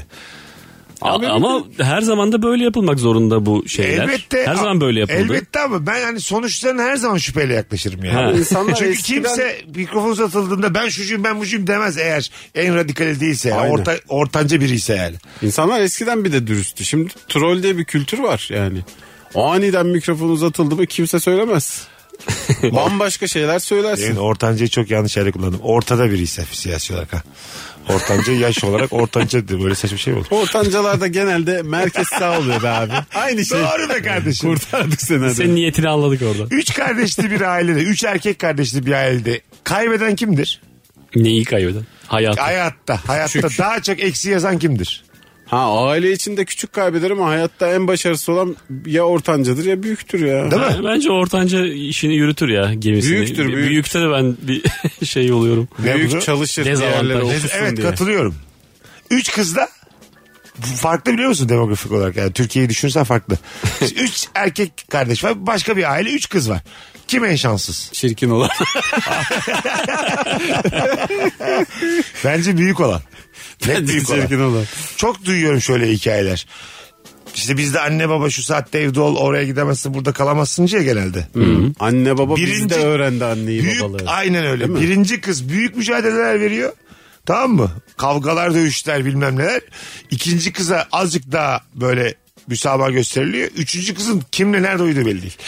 Ama her zaman da böyle yapılmak zorunda bu şeyler. Elbette. Her zaman böyle yapıldı. Elbette ama ben hani sonuçlarına her zaman şüpheyle yaklaşırım yani. Ha. İnsanlar Çünkü eskiden- kimse mikrofon uzatıldığında ben şucuyum ben bucuyum demez eğer en radikali değilse. Yani. Aynen. Ortanca biri ise yani. İnsanlar eskiden bir de dürüsttü. Şimdi troll diye bir kültür var yani. O aniden mikrofon uzatıldı mı kimse söylemez. Bambaşka şeyler söylersin. Yani ortancayı çok yanlış yerde kullandım. Ortada biri ise siyasi olarak ha. Ortanca yaş olarak ortanca böyle saçma şey olur. Ortancalarda genelde merkez sağ oluyor be abi. Aynı şey. Doğru be kardeşim. Kurtardık seni hadi. Senin niyetini anladık orada. 3 kardeşli bir ailede, 3 erkek kardeşli bir ailede kaybeden kimdir? Neyi kaybeden? Hayatı. Hayatta Küçük. daha çok eksi yazan kimdir? Ha aile içinde küçük kaybeder ama hayatta en başarısı olan ya ortancadır ya büyüktür ya. Değil mi? Bence ortanca işini yürütür ya gemisini. Büyüktür, büyük. Büyükte de ben bir şey oluyorum. Ne bu? Büyük çalışır Dezavantaj. diğerleri okusun Evet diye. katılıyorum. 3 kızda farklı biliyor musun demografik olarak? Yani Türkiye'yi düşünürsen farklı. 3 erkek kardeş var, başka bir aile 3 kız var. Kim en şanssız? Çirkin olan. Bence büyük olan. Net büyük olan. Çirkin olan. Çok duyuyorum şöyle hikayeler. İşte bizde anne baba şu saatte evde ol, oraya gidemezsin, burada kalamazsın diye genelde. Anne baba Birinci- bizde öğrendi anneyi Büyük, babalığı. aynen öyle. Birinci kız büyük mücadeleler veriyor. Tamam mı? Kavgalar, dövüşler bilmem neler. İkinci kıza azıcık daha böyle müsamaha gösteriliyor. Üçüncü kızın kimle nerede uyuduğu belli değil.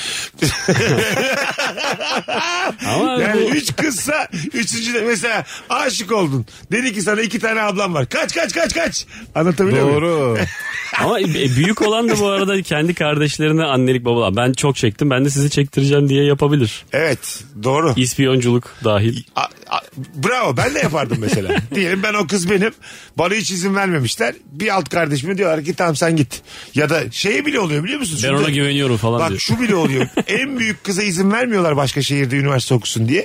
Ama Yani bu 3 kızsa üçüncü de mesela aşık oldun. Dedi ki sana 2 tane ablam var. Kaç. Anlatabiliyor muyum? Doğru. ama büyük olan da bu arada kendi kardeşlerine annelik babalar. Ben çok çektim. Ben de sizi çektireceğim diye yapabilir. Evet doğru. İspiyonculuk dahil. Bravo, ben de yapardım mesela. Diyelim ben o kız benim. Bana hiç izin vermemişler. Bir alt kardeşime diyorlar ki tamam sen git. Ya da şey bile oluyor biliyor musun? Ben Şurada- ona güveniyorum falan Bak diyor. şu bile oluyor. En büyük kıza izin vermiyorlar başka şehirde üniversite okusun diye.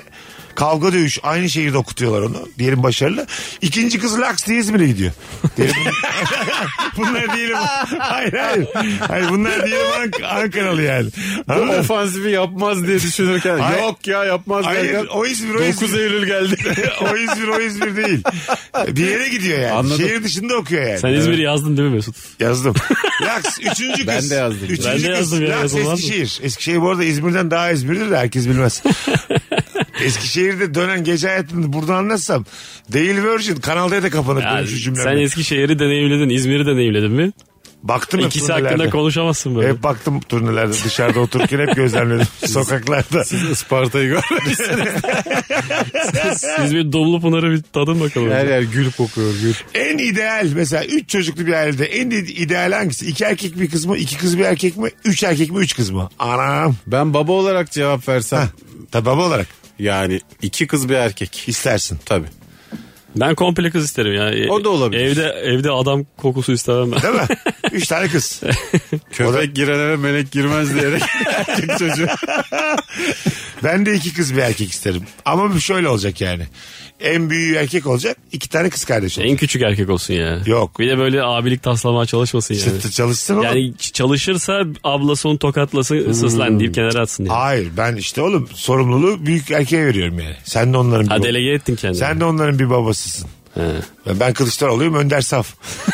Kavga dövüş aynı şehirde okutuyorlar onu. Diyelim başarılı. İkinci kız laks diye İzmir'e gidiyor. Diyelim, bunlar diyelim. Hayır. Hayır bunlar diyelim Ankaralı yani. Bu ofansifi yapmaz diye düşünürken Hayır. yok ya yapmaz Hayır derken o İzmir 9 Eylül geldi. o İzmir değil. Bir yere gidiyor yani. Anladım. Şehir dışında okuyor yani. Sen İzmir'i yazdın değil mi Mesut? Yazdım. Laks üçüncü kız. Ben de yazdım. Üçüncü Ben de kız. yazdım ya, Laks yazılmaz mı? Eskişehir. Eskişehir bu arada İzmir'den daha İzmir'dir de herkes bilmez. Eskişehir'de dönen gece hayatını burada anlatsam değil Virgin Kanal D'de kapanır Ya, benim şu cümlemle. sen Eskişehir'i deneyimledin, İzmir'i deneyimledin mi? Baktım hep İkisi turnelerde. hakkında konuşamazsın böyle. Hep baktım turnelerde dışarıda otururken hep gözlemledim sokaklarda. Isparta'yı görmemişsiniz. Siz bir Dumlupınar'ı bir tadın bakalım. Her yer gül kokuyor gül. En ideal mesela 3 çocuklu bir ailede en ideal hangisi? 2 erkek bir kız mı? 2 kız bir erkek mi? 3 erkek mi? 3 kız mı? Anam. Ben baba olarak cevap versem Tabii baba olarak yani 2 kız bir erkek. istersin. Tabii. Ben komple kız isterim ya. O da olabilir. Evde adam kokusu istemem ben. Değil mi? 3 tane kız. Köpek giren eve melek girmez diyerek erkek çocuğu. Ben de 2 kız bir erkek isterim. Ama şöyle olacak yani. En büyüğü erkek olacak. 2 tane kız kardeş olacak. En küçük erkek olsun ya. Yok. Bir de böyle abilik taslamaya çalışmasın yani. İşte çalışsın oğlum. Yani çalışırsa ablası onu tokatlasın sıslan deyip kenara atsın yani. Hayır ben işte oğlum sorumluluğu büyük erkeğe veriyorum yani. Sen de onların bir Ha babası. delege ettin kendini. Sen de onların bir babasısın. He. Ben Kılıçdaroğlu'yum Önder Saf.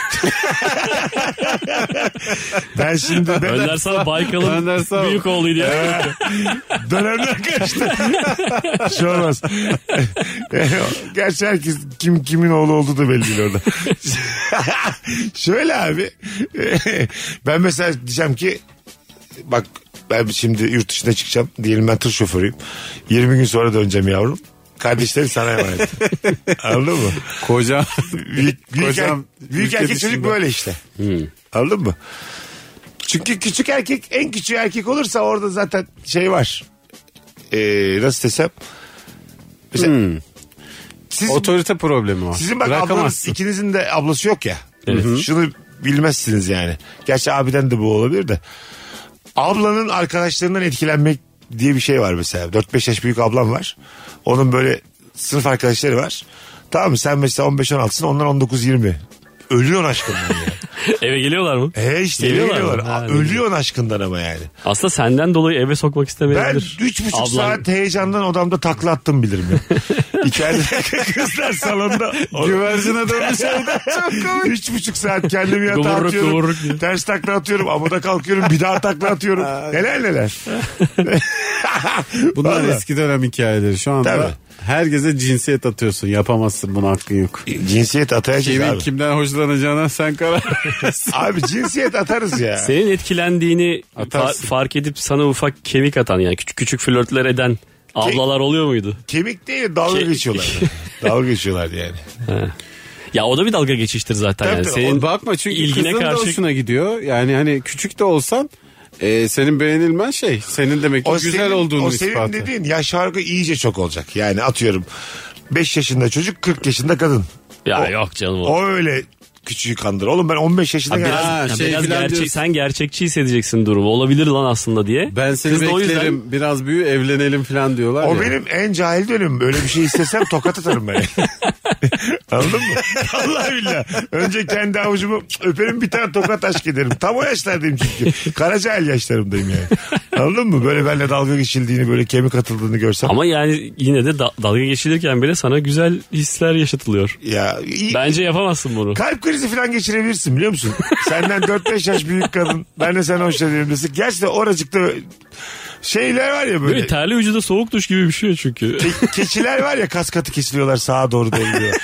Ben şimdi Önder Saf Baykal'ın Önder Saf. büyük oğluydu ya. dönemler karıştı. Şu olmaz. Gerçi herkes kimin oğlu olduğu da belli değil orada. Şöyle abi. Ben mesela diyeceğim ki bak ben şimdi yurt dışına çıkacağım. Diyelim ben tır şoförüyüm. 20 gün sonra döneceğim yavrum. Kardeşlerim sana emanet. Anladın mı? Kocam. Büyük ülke erkek çocuk dışında. böyle işte. Anladın mı? Çünkü küçük erkek en küçük erkek olursa orada zaten şey var. Nasıl desem? Mesela siz, Otorite problemi var. sizin bak ablanız Bırakamazsın. ikinizin de ablası yok ya. Şunu bilmezsiniz yani. Gerçi abiden de bu olabilir de. Ablanın arkadaşlarından etkilenmek diye bir şey var mesela. 4-5 yaş büyük ablam var. Onun böyle sınıf arkadaşları var. Tamam mı? Sen mesela 15-16'sın onlar 19-20. Ölüyorsun aşkından yani. Eve geliyorlar mı? İşte Geliyorlar geliyorlar. mı? Ha, Ölüyorsun aşkından ama yani. Aslında senden dolayı eve sokmak Ben istemeyebilir. 3,5 saat heyecandan odamda takla attım bilirim ya. İçeride kızlar salonda. Güvercine dönmüş evde. Çok komik. 3,5 saat kendimi yatağa Kıvırık atıyorum. kıvırık diye. Ters takla atıyorum. Amuda kalkıyorum. Bir daha takla atıyorum. Neler. Bunlar Vallahi. eski dönem hikayeleri. Şu anda Tabii. herkese cinsiyet atıyorsun. Yapamazsın, buna hakkın yok. Cinsiyet atayacağız Kimin abi. kimden hoşlanacağına sen karar verirsin. Abi cinsiyet atarız ya. Senin etkilendiğini Atarsın. fark edip sana ufak kemik atan yani küçük flörtler eden ablalar oluyor muydu? Kemik değil dalga geçiyorlar. Dalga geçiyorlardı yani. Ya o da bir dalga geçiştir zaten Tabii yani. tabii. Senin Bakma çünkü ilgine kızın da karşı hoşuna gidiyor. Yani hani küçük de olsan senin beğenilmen senin demek ki güzel olduğunu o ispatı. senin dediğin yaş farkı iyice çok olacak. Yani atıyorum 5 yaşında çocuk 40 yaşında kadın. ya O- yok canım o. O öyle küçüğü kandır. Oğlum ben 15 yaşında Biraz, geldim. Ha, ya şey biraz filan gerçek, diyorsun. sen gerçekçi hissedeceksin durumu. Olabilir lan aslında diye. Ben seni Kız da o beklerim yüzden- biraz büyü evlenelim falan diyorlar O ya. benim en cahil dönemim. Böyle bir şey istesem tokat atarım ben. Anladın mı? Vallahi billahi. Önce kendi avucumu öperim bir tane tokat aşk ederim. Tam o yaşlardayım çünkü. Kara cahil yaşlarımdayım yani. Anladın mı? Böyle benimle dalga geçildiğini böyle kemik atıldığını görsem. Ama yani yine de dalga geçilirken bile sana güzel hisler yaşatılıyor. Ya, Bence yapamazsın bunu. kalp krizi falan geçirebilirsin biliyor musun? Senden 4-5 yaş büyük kadın. Ben de sana hoşlanıyorum desin. Gerçekten oracıkta şeyler var ya böyle. Böyle terli vücuda soğuk duş gibi bir şey çünkü. Keçiler var ya kas katı kesiliyorlar sağa doğru devriliyor.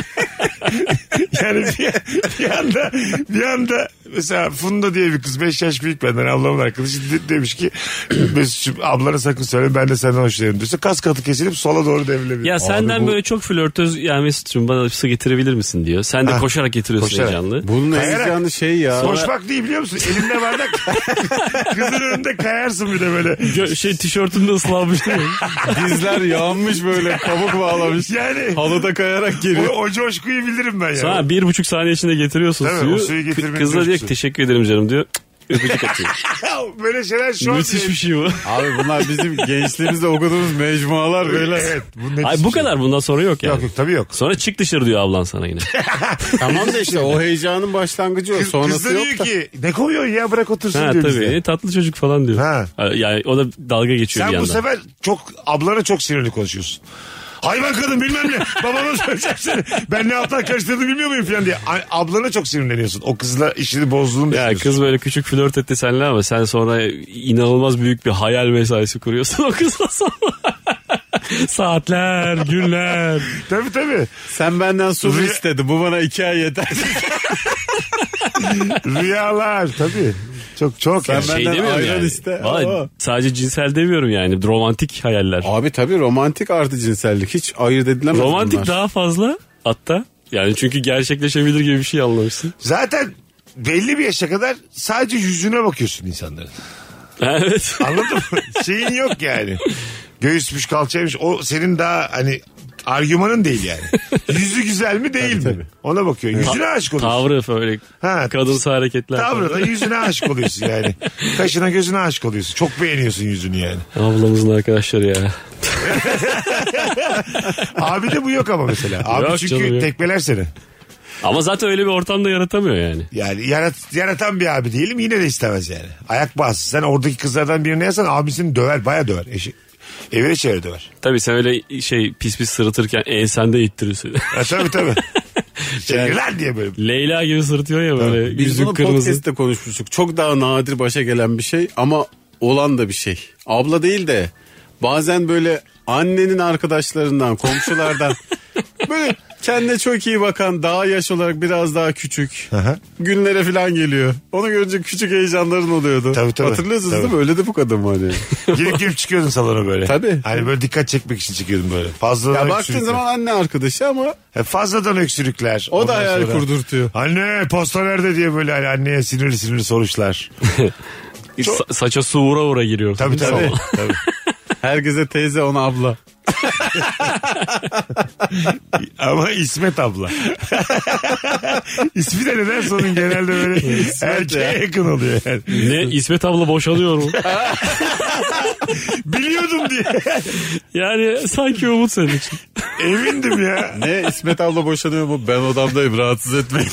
Yani bir anda mesela Funda diye bir kız 5 yaş büyük benden ablamın arkadaşı demiş ki Mesut'cum ablana sakın söyle ben de senden hoşlanıyorum diyorsa kas katı kesilip sola doğru devrilebilir. Ya senden bu- böyle çok flörtöz yani Mesut'cum bana bir su getirebilir misin diyor. Sen de Ha, koşarak getiriyorsun koşarak. heyecanlı. Bunun en Kayarak. heyecanlı şey ya. Koşmak değil biliyor musun? Elinde bardak kızın önünde kayarsın bir de böyle. Tişörtünde ıslanmış değil mi? Dizler yağmış böyle kabuk bağlamış. Yani Halıda kayarak geliyor. o coşkuyu bilirim ben ya. Sonra 1,5 saniye içinde getiriyorsun Tabii, suyu. o suyu getirmenin Kız da diyor ki coşkusu. teşekkür ederim canım diyor. öpücük atıyor. Böyle şeyler şu an... Müthiş bir şey bu. Abi bunlar bizim gençliğimizde okuduğumuz mecmualar böyle. Evet. Ay bu kadar, bundan sonra yok yani. Yok tabii yok. Sonra çık dışarı diyor ablan sana yine. Tamam da işte o heyecanın başlangıcı o. Kız Sonrası da yok diyor da. ki ne kovuyorsun ya, bırak otursun Ha diyor tabii, bize. tatlı çocuk falan diyor. Ha. Yani o da dalga geçiyor Sen bir bu yandan. sefer ablana çok sinirli konuşuyorsun. Hayvan kadın bilmem ne. Babana söyleyeceğim seni. Ben ne altlar karıştırdığını bilmiyor muyum falan diye. Ablana çok sinirleniyorsun. O kızla işini bozduğunu Ya düşünüyorsun. kız böyle küçük flört etti seninle ama sen sonra inanılmaz büyük bir hayal mesaisi kuruyorsun o kızla sonra. Saatler, günler. Tabii. Sen benden su Rüya- istedi. Bu bana 2 ay yeter. Rüyalar tabii. Çok Sen yani. ben- Benden demiyorum ayran yani. iste. Vallahi Aa. sadece cinsel demiyorum yani. Romantik hayaller. Abi tabii romantik artı cinsellik. Hiç ayırt edilemez Romantik bunlar. daha fazla hatta. Yani çünkü gerçekleşebilir gibi bir şey anlamışsın. Zaten belli bir yaşa kadar sadece yüzüne bakıyorsun insanların. Evet. Anladın mı? Şeyin yok yani. Göğüsmüş, kalçaymış. O senin daha hani argümanın değil yani. Yüzü güzel mi değil mi? tabii. Ona bakıyorsun. Yüzüne aşık oluyorsun. Tavrı böyle Ha, kadınsı hareketler. Tavrı da yüzüne aşık oluyorsun yani. Kaşına gözüne aşık oluyorsun. Çok beğeniyorsun yüzünü yani. Ablamızın arkadaşları ya. Abi de bu yok ama mesela. Abi Yok çünkü canım, yok. tekmeler seni. Ama zaten öyle bir ortamda yaratamıyor yani. Yani yaratan bir abi değilim, yine de istemez yani. Ayak bağısı. Sen oradaki kızlardan birini yazsan abisini döver, baya döver. Evine çevre döver. Tabii sen öyle pis pis sırıtırken ensende ittiriyorsun. Tabii. Çevreler diye böyle. Leyla gibi sırıtıyor ya böyle Biz yüzün bunu kırmızı. podcast'te konuşmuştuk. Çok daha nadir başa gelen bir şey ama olan da bir şey. Abla değil de bazen böyle annenin arkadaşlarından, komşulardan böyle kendine çok iyi bakan, daha yaş olarak biraz daha küçük Aha. günlere falan geliyor. Onu görünce küçük heyecanların oluyordu. Tabii. Hatırlıyorsunuz Tabii. değil mi? Öyle de bu kadın var yani. Girip çıkıyordun salona böyle. Tabii. Hani böyle dikkat çekmek için çıkıyordun böyle. Fazladan Ya baktığın öksürükler. zaman anne arkadaşı ama Fazladan öksürükler. o da Ondan hayal sonra, kurdurtuyor. Anne posta nerede diye böyle hani anneye sinirli soruşlar. Saça su vura giriyor. Tabii. Tabii. Herkese teyze, ona abla. Ama İsmet abla. İsmi de neden sonun genelde böyle erkeğe yakın oluyor yani. Ne İsmet abla boşalıyor mu? Biliyordum diye. Yani sanki umut senin için. Emindim ya. Ne İsmet abla boşanıyor mu? Ben odamdayım, rahatsız etmeyin.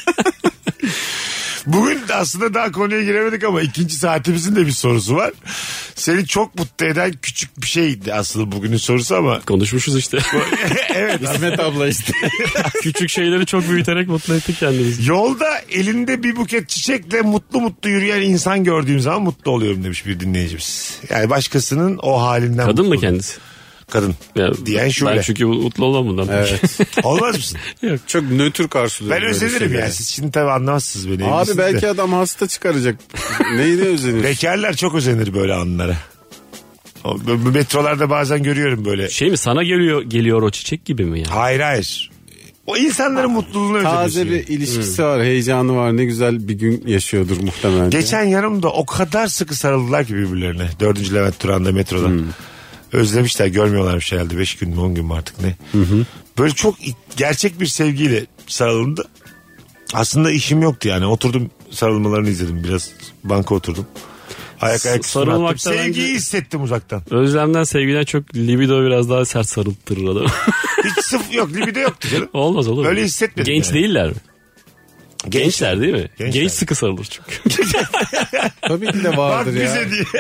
Bugün aslında daha konuya giremedik ama ikinci saatimizin de bir sorusu var. Seni çok mutlu eden küçük bir şeydi aslında bugünün sorusu ama. Konuşmuşuz işte. Evet. İsmet abla işte. Küçük şeyleri çok büyüterek mutlu ettik kendimizi. Yolda elinde bir buket çiçekle mutlu yürüyen insan gördüğüm zaman mutlu oluyorum demiş bir dinleyicimiz. Yani başkasının o halinden Kadın mı mutlu. kendisi? Kadın. Ya, Diyen şöyle. ben çünkü mutlu olmam bundan. Evet. Olmaz mısın? Çok nötr karşılıyorum. Ben böyle özenirim şeyleri. yani. Siz şimdi tabii anlamazsınız beni. Abi evlisiniz belki de. adam hasta çıkaracak. Neyine özenir? Bekarlar çok özenir böyle anlara. Metrolarda bazen görüyorum böyle. Şey mi, sana geliyor o çiçek gibi mi ya? Hayır. O insanların mutluluğunu özeniyorsun. Taze bir ilişkisi var, heyecanı var. Ne güzel bir gün yaşıyordur muhtemelen. Geçen yanımda o kadar sıkı sarıldılar ki birbirlerine. 4. Levent Duran'da metroda. Özlemişler, görmüyorlarmış herhalde. 5 gün mü 10 gün mü artık ne. Böyle çok gerçek bir sevgiyle sarılındı. Aslında işim yoktu yani. Oturdum, sarılmalarını izledim. Biraz banka oturdum. Ayak üstüne attım. Sarılmakta Sevgiyi bence- hissettim uzaktan. Özlemden, sevgiden çok libido biraz daha sert sarılttırır adamı. Hiç sıfır yok, libido yoktu canım. Olmaz olur mu? Öyle hissetmedim Genç yani. değiller mi? Gençler değil mi? Gençler. Genç sıkı sarılır çünkü. Tabii ki de Bak vardır ya. bize diye.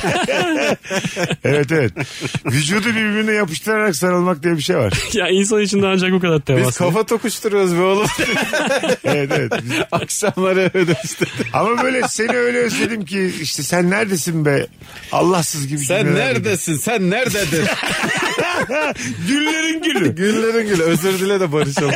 Evet. Vücudu birbirine yapıştırarak sarılmak diye bir şey var. Ya insan içinde ancak bu kadar temas. Biz kafa tokuşturuyoruz be oğlum. Evet. Akşamları eve işte. Ama böyle seni öyle özledim ki işte sen neredesin be? Allahsız gibi. Sen cümleler neredesin? Sen nerededir? dedi. Güllerin gülü. Günlerin gülü. Özür dile de barışalım.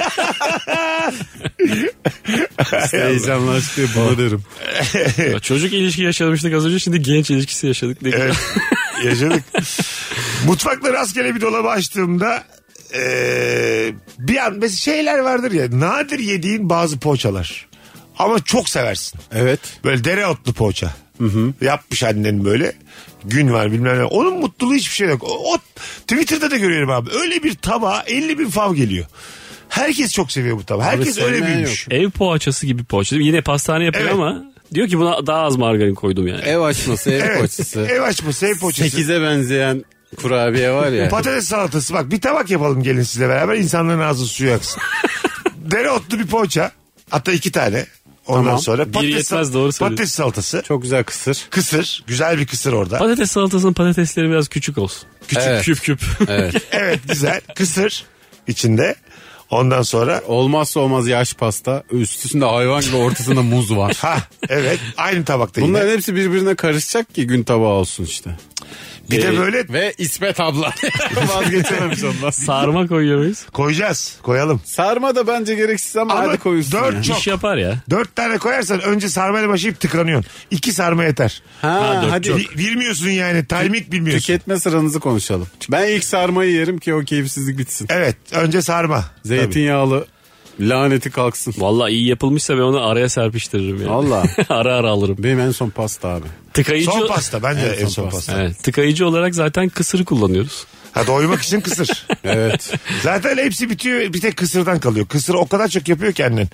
İşte heyecanlaştı buna derim. Ya çocuk ilişki yaşamıştık az önce, şimdi genç ilişkisi yaşadık. Ne güzel. Evet. Yaşadık. Mutfakta rastgele bir dolabı açtığımda bir an mesela şeyler vardır ya, nadir yediğin bazı poğaçalar. Ama çok seversin. Evet. Böyle dereotlu poğaça. Yapmış annen böyle. Gün var bilmem ne. Onun mutluluğu hiçbir şey yok. O Twitter'da da görüyorum abi. Öyle bir tabağa 50.000 fav geliyor. Herkes çok seviyor bu tabağı. Herkes öyle sevmeyen büyümüş. Ev poğaçası gibi poğaça. Yine pastane yapıyor Evet. ama Diyor ki buna daha az margarin koydum yani. Ev açması, ev poğaçası. Ev açması, ev poğaçası. 8'e benzeyen kurabiye var ya. Patates salatası. Bak bir tabak yapalım gelin sizle beraber. İnsanların ağzı suyu aksın. Dereotlu bir poğaça. Hatta 2 tane. Ondan Tamam. sonra Bir yetmez, doğru söylüyorsun. patates salatası. Çok güzel kısır. Kısır. Güzel bir kısır orada. Patates salatasının patatesleri biraz küçük olsun. Küçük. Evet. Küp küp. Evet. Evet güzel. Kısır içinde. Ondan sonra Olmazsa olmaz yaş pasta. Üstünde hayvan gibi, ortasında muz var. evet aynı tabakta Bunların yine. hepsi birbirine karışacak ki gün tabağı olsun işte. Bir de böyle Ve İsmet abla vazgeçememiş ondan. Sarma koyuyor muyuz? koyacağız. Koyalım. Sarma da bence gereksiz ama Ama hadi koyulsun. 4 ya. çok. İş yapar ya. 4 tane koyarsan önce sarmayla başlayıp tıkanıyorsun. 2 sarma yeter. Ha, dört hadi çok. Bilmiyorsun yani. Timing bilmiyorsun. tüketme sıranızı konuşalım. Ben ilk sarmayı yerim ki o keyifsizlik bitsin. Evet. Önce sarma. Zeytinyağlı laneti kalksın. Vallahi iyi yapılmışsa ben onu araya serpiştiririm yani. Valla. Ara ara alırım. Benim en son pasta abi. Tıkayıcı... Son pasta. Bence Evet, en son son pasta. pasta. Evet, tıkayıcı olarak zaten kısırı kullanıyoruz. Ha doymak için kısır. Evet. Zaten hepsi bitiyor. Bir tek kısırdan kalıyor. Kısır o kadar çok yapıyor ki annen.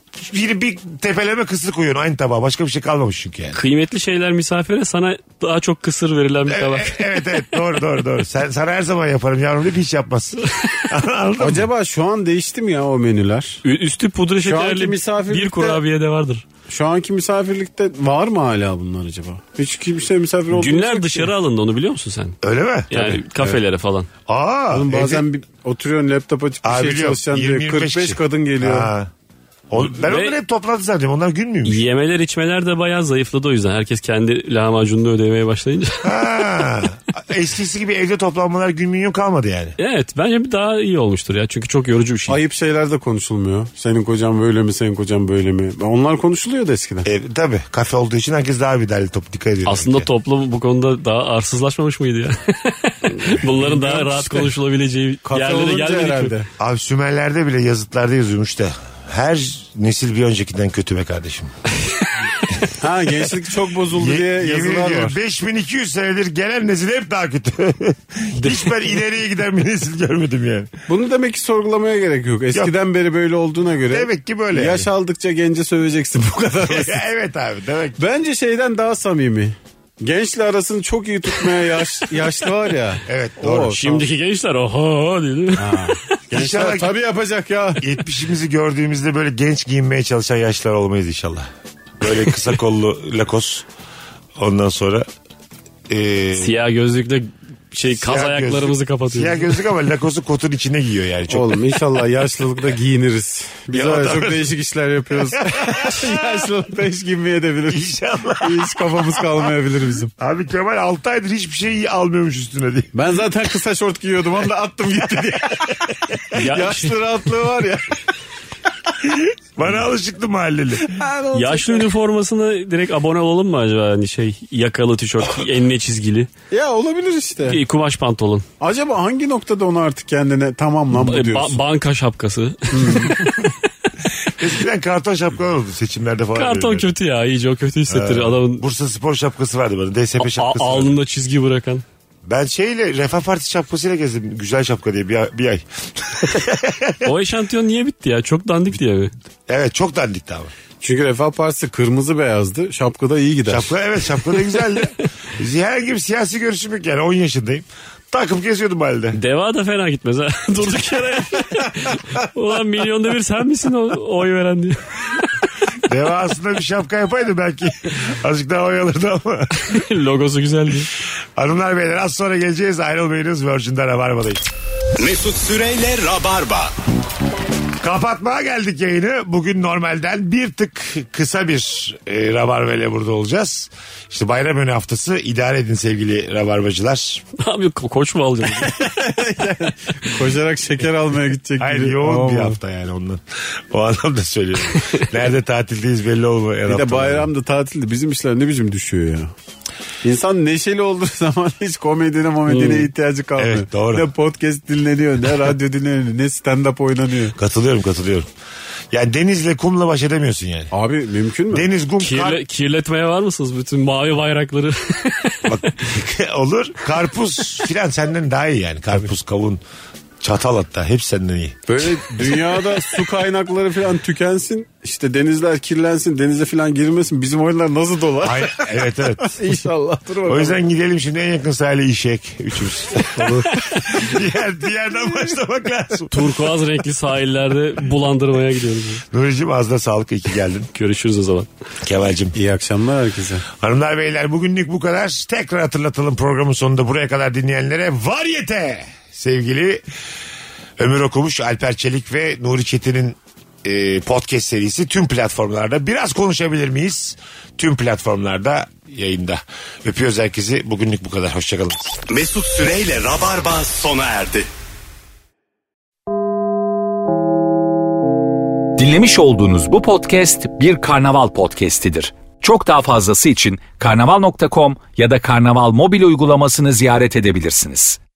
Bir tepeleme kısır koyuyorsun aynı tabağa. Başka bir şey kalmamış çünkü yani. Kıymetli şeyler misafire, sana daha çok kısır verilen bir tabak. Evet doğru. Sana her zaman yaparım yavrum deyip hiç yapmazsın. Anladın mı? Acaba şu an değişti mi ya o menüler? Üstü pudra Şu anki şekerli misafirlikte- bir kurabiye de vardır. Şu anki misafirlikte var mı hala bunlar acaba? Hiç kimse misafir olmadı. Günler dışarı alındı, onu biliyor musun sen? Öyle mi? Yani kafelere falan. Aa, Bazen bir oturuyorsun laptop açıp bir şey biliyorum. çalışacaksın diye 20-25 45 kişi. kadın geliyor. Ha. Ben Ve- onları hep toplantı zannediyorum. Onlar gün müymüş? Yemeler içmeler de bayağı zayıfladı o yüzden. Herkes kendi lahmacununu ödemeye başlayınca. Ha. Eskisi gibi evde toplanmalar gün milyon kalmadı yani. Evet, bence bir daha iyi olmuştur ya. Çünkü çok yorucu bir şey. Ayıp şeyler de konuşulmuyor. Senin kocan böyle mi, senin kocan böyle mi? Onlar konuşuluyordu eskiden. Tabii kafe olduğu için herkes daha bir derli top dikkat ediyor. Aslında belki. toplum bu konuda daha arsızlaşmamış mıydı ya? Bunların daha rahat işte. konuşulabileceği Kafe yerlere olunca gelmedik mi? herhalde. Abi Sümerler'de bile yazıtlarda yazıyormuş da. Her nesil bir öncekinden kötü be kardeşim. Ha, gençlik çok bozuldu diye Yemin yazılar ediyorum var. 5200 senedir gelen nesil hep daha kötü. Hiç ben ileriye giden bir nesil görmedim yani. Bunu demek ki sorgulamaya gerek yok. Eskiden beri böyle olduğuna göre. Demek ki böyle Yaş yani. aldıkça gence söveceksin, bu kadar basit. Evet abi demek ki. Bence şeyden daha samimi. Gençle arasını çok iyi tutmaya yaşlı var ya. Evet, doğru. O, Şimdiki gençler oho dedi. gençler İnşallah tabii yapacak ya. 70'imizi gördüğümüzde böyle genç giyinmeye çalışan yaşlar olmayız inşallah. Böyle kısa kollu lakos. Ondan sonra Siyah gözlükle kaz siyah ayaklarımızı gözlük- kapatıyoruz. Siyah gözlük ama lakosu kotun içine giyiyor yani. Çok Oğlum inşallah yaşlılıkta giyiniriz. Biz Ya, var ya, doğru. çok değişik işler yapıyoruz. Yaşlılıkta hiç giyinmeye edebiliriz. İnşallah. Hiç kafamız kalmayabilir bizim. Abi Kemal 6 aydır hiçbir şey almıyormuş üstüne diye. Ben zaten kısa şort giyiyordum, onu da attım gitti diye. Yaşlı rahatlığı var ya. Bana alışıktı mahalleli. Yaşlı üniformasına direkt abone olalım mı acaba? Hani yakalı tişört, enine çizgili, Ya olabilir işte. kumaş pantolon, Acaba hangi noktada onu artık kendine tamam lan bu diyorsun? banka şapkası. Eskiden karton şapkalar oldu seçimlerde falan. Karton verirler. kötü ya, iyice o kötü hissettirir. Adamın Bursa Spor şapkası vardı bana. DSP şapkası vardı. alnında çizgi bırakan. Ben Refah Partisi şapkasıyla gezdim. Güzel şapka diye bir ay. O eşantiyon niye bitti ya? Çok dandik diye mi? Evet çok dandikti ama. Çünkü Refah Partisi kırmızı beyazdı. Şapkada iyi gider. Şapka da güzeldi. Herhangi bir siyasi görüşüm yok yani 10 yaşındayım. Takım geziyordum halde. Deva da fena gitmez ha. Durduk yere. Ulan milyonda bir sen misin oy veren diye. Deva aslında bir şapka yapaydı belki. Azıcık daha oy alırdı ama. Logosu güzeldi. Hanımlar beyler az sonra geleceğiz. Ayrılmayınız. Virgin'de Rabarba'dayız. Mesut Süreyle Rabarba. Kapatmaya geldik yayını. Bugün normalden bir tık kısa bir Rabarba ile burada olacağız. İşte bayram önü haftası idare edin sevgili Rabarbacılar. Abi koç mu alacaksın? Koşarak şeker almaya gidecek Hayır gibi. yoğun bir Aman. hafta yani ondan. O anlamda söylüyorum. Nerede tatildeyiz belli olmuyor. Bir de bayramda tatilde bizim işler ne biçim düşüyor ya. İnsan neşeli olduğu zaman hiç komedine ihtiyacı kalmıyor. Evet, doğru. Ne podcast dinleniyor, ne radyo dinleniyor, ne stand-up oynanıyor. Katılıyorum. Yani denizle kumla baş edemiyorsun yani. Abi mümkün mü? Deniz, kum, Kirletmeye var mısınız bütün mavi bayrakları? Bak, olur. Karpuz filan senden daha iyi yani. Karpuz, kavun. Çatal hatta hepsi senden iyi. Böyle dünyada su kaynakları falan tükensin. İşte denizler kirlensin. Denize falan girmesin. Bizim oyunlar nasıl dolar? Ay, evet. İnşallah. Dur bakalım. O yüzden gidelim şimdi en yakın sahile işek. Üçümüz. Diğerden başlamak lazım. Turkuaz renkli sahillerde bulandırmaya gidiyoruz. Nuri'cim ağzına sağlık, iyi ki geldin. Görüşürüz o zaman. Kemal'cim. İyi akşamlar herkese. Hanımlar beyler, bugünlük bu kadar. Tekrar hatırlatalım programın sonunda buraya kadar dinleyenlere. Varyete sevgili Ömür Okumuş, Alper Çelik ve Nuri Çetin'in podcast serisi tüm platformlarda. Biraz konuşabilir miyiz? Tüm platformlarda yayında. Öpüyoruz herkesi. Bugünlük bu kadar. Hoşçakalın. Mesut Süreyle Rabarba sona erdi. Dinlemiş olduğunuz bu podcast bir karnaval podcastidir. Çok daha fazlası için karnaval.com ya da karnaval mobil uygulamasını ziyaret edebilirsiniz.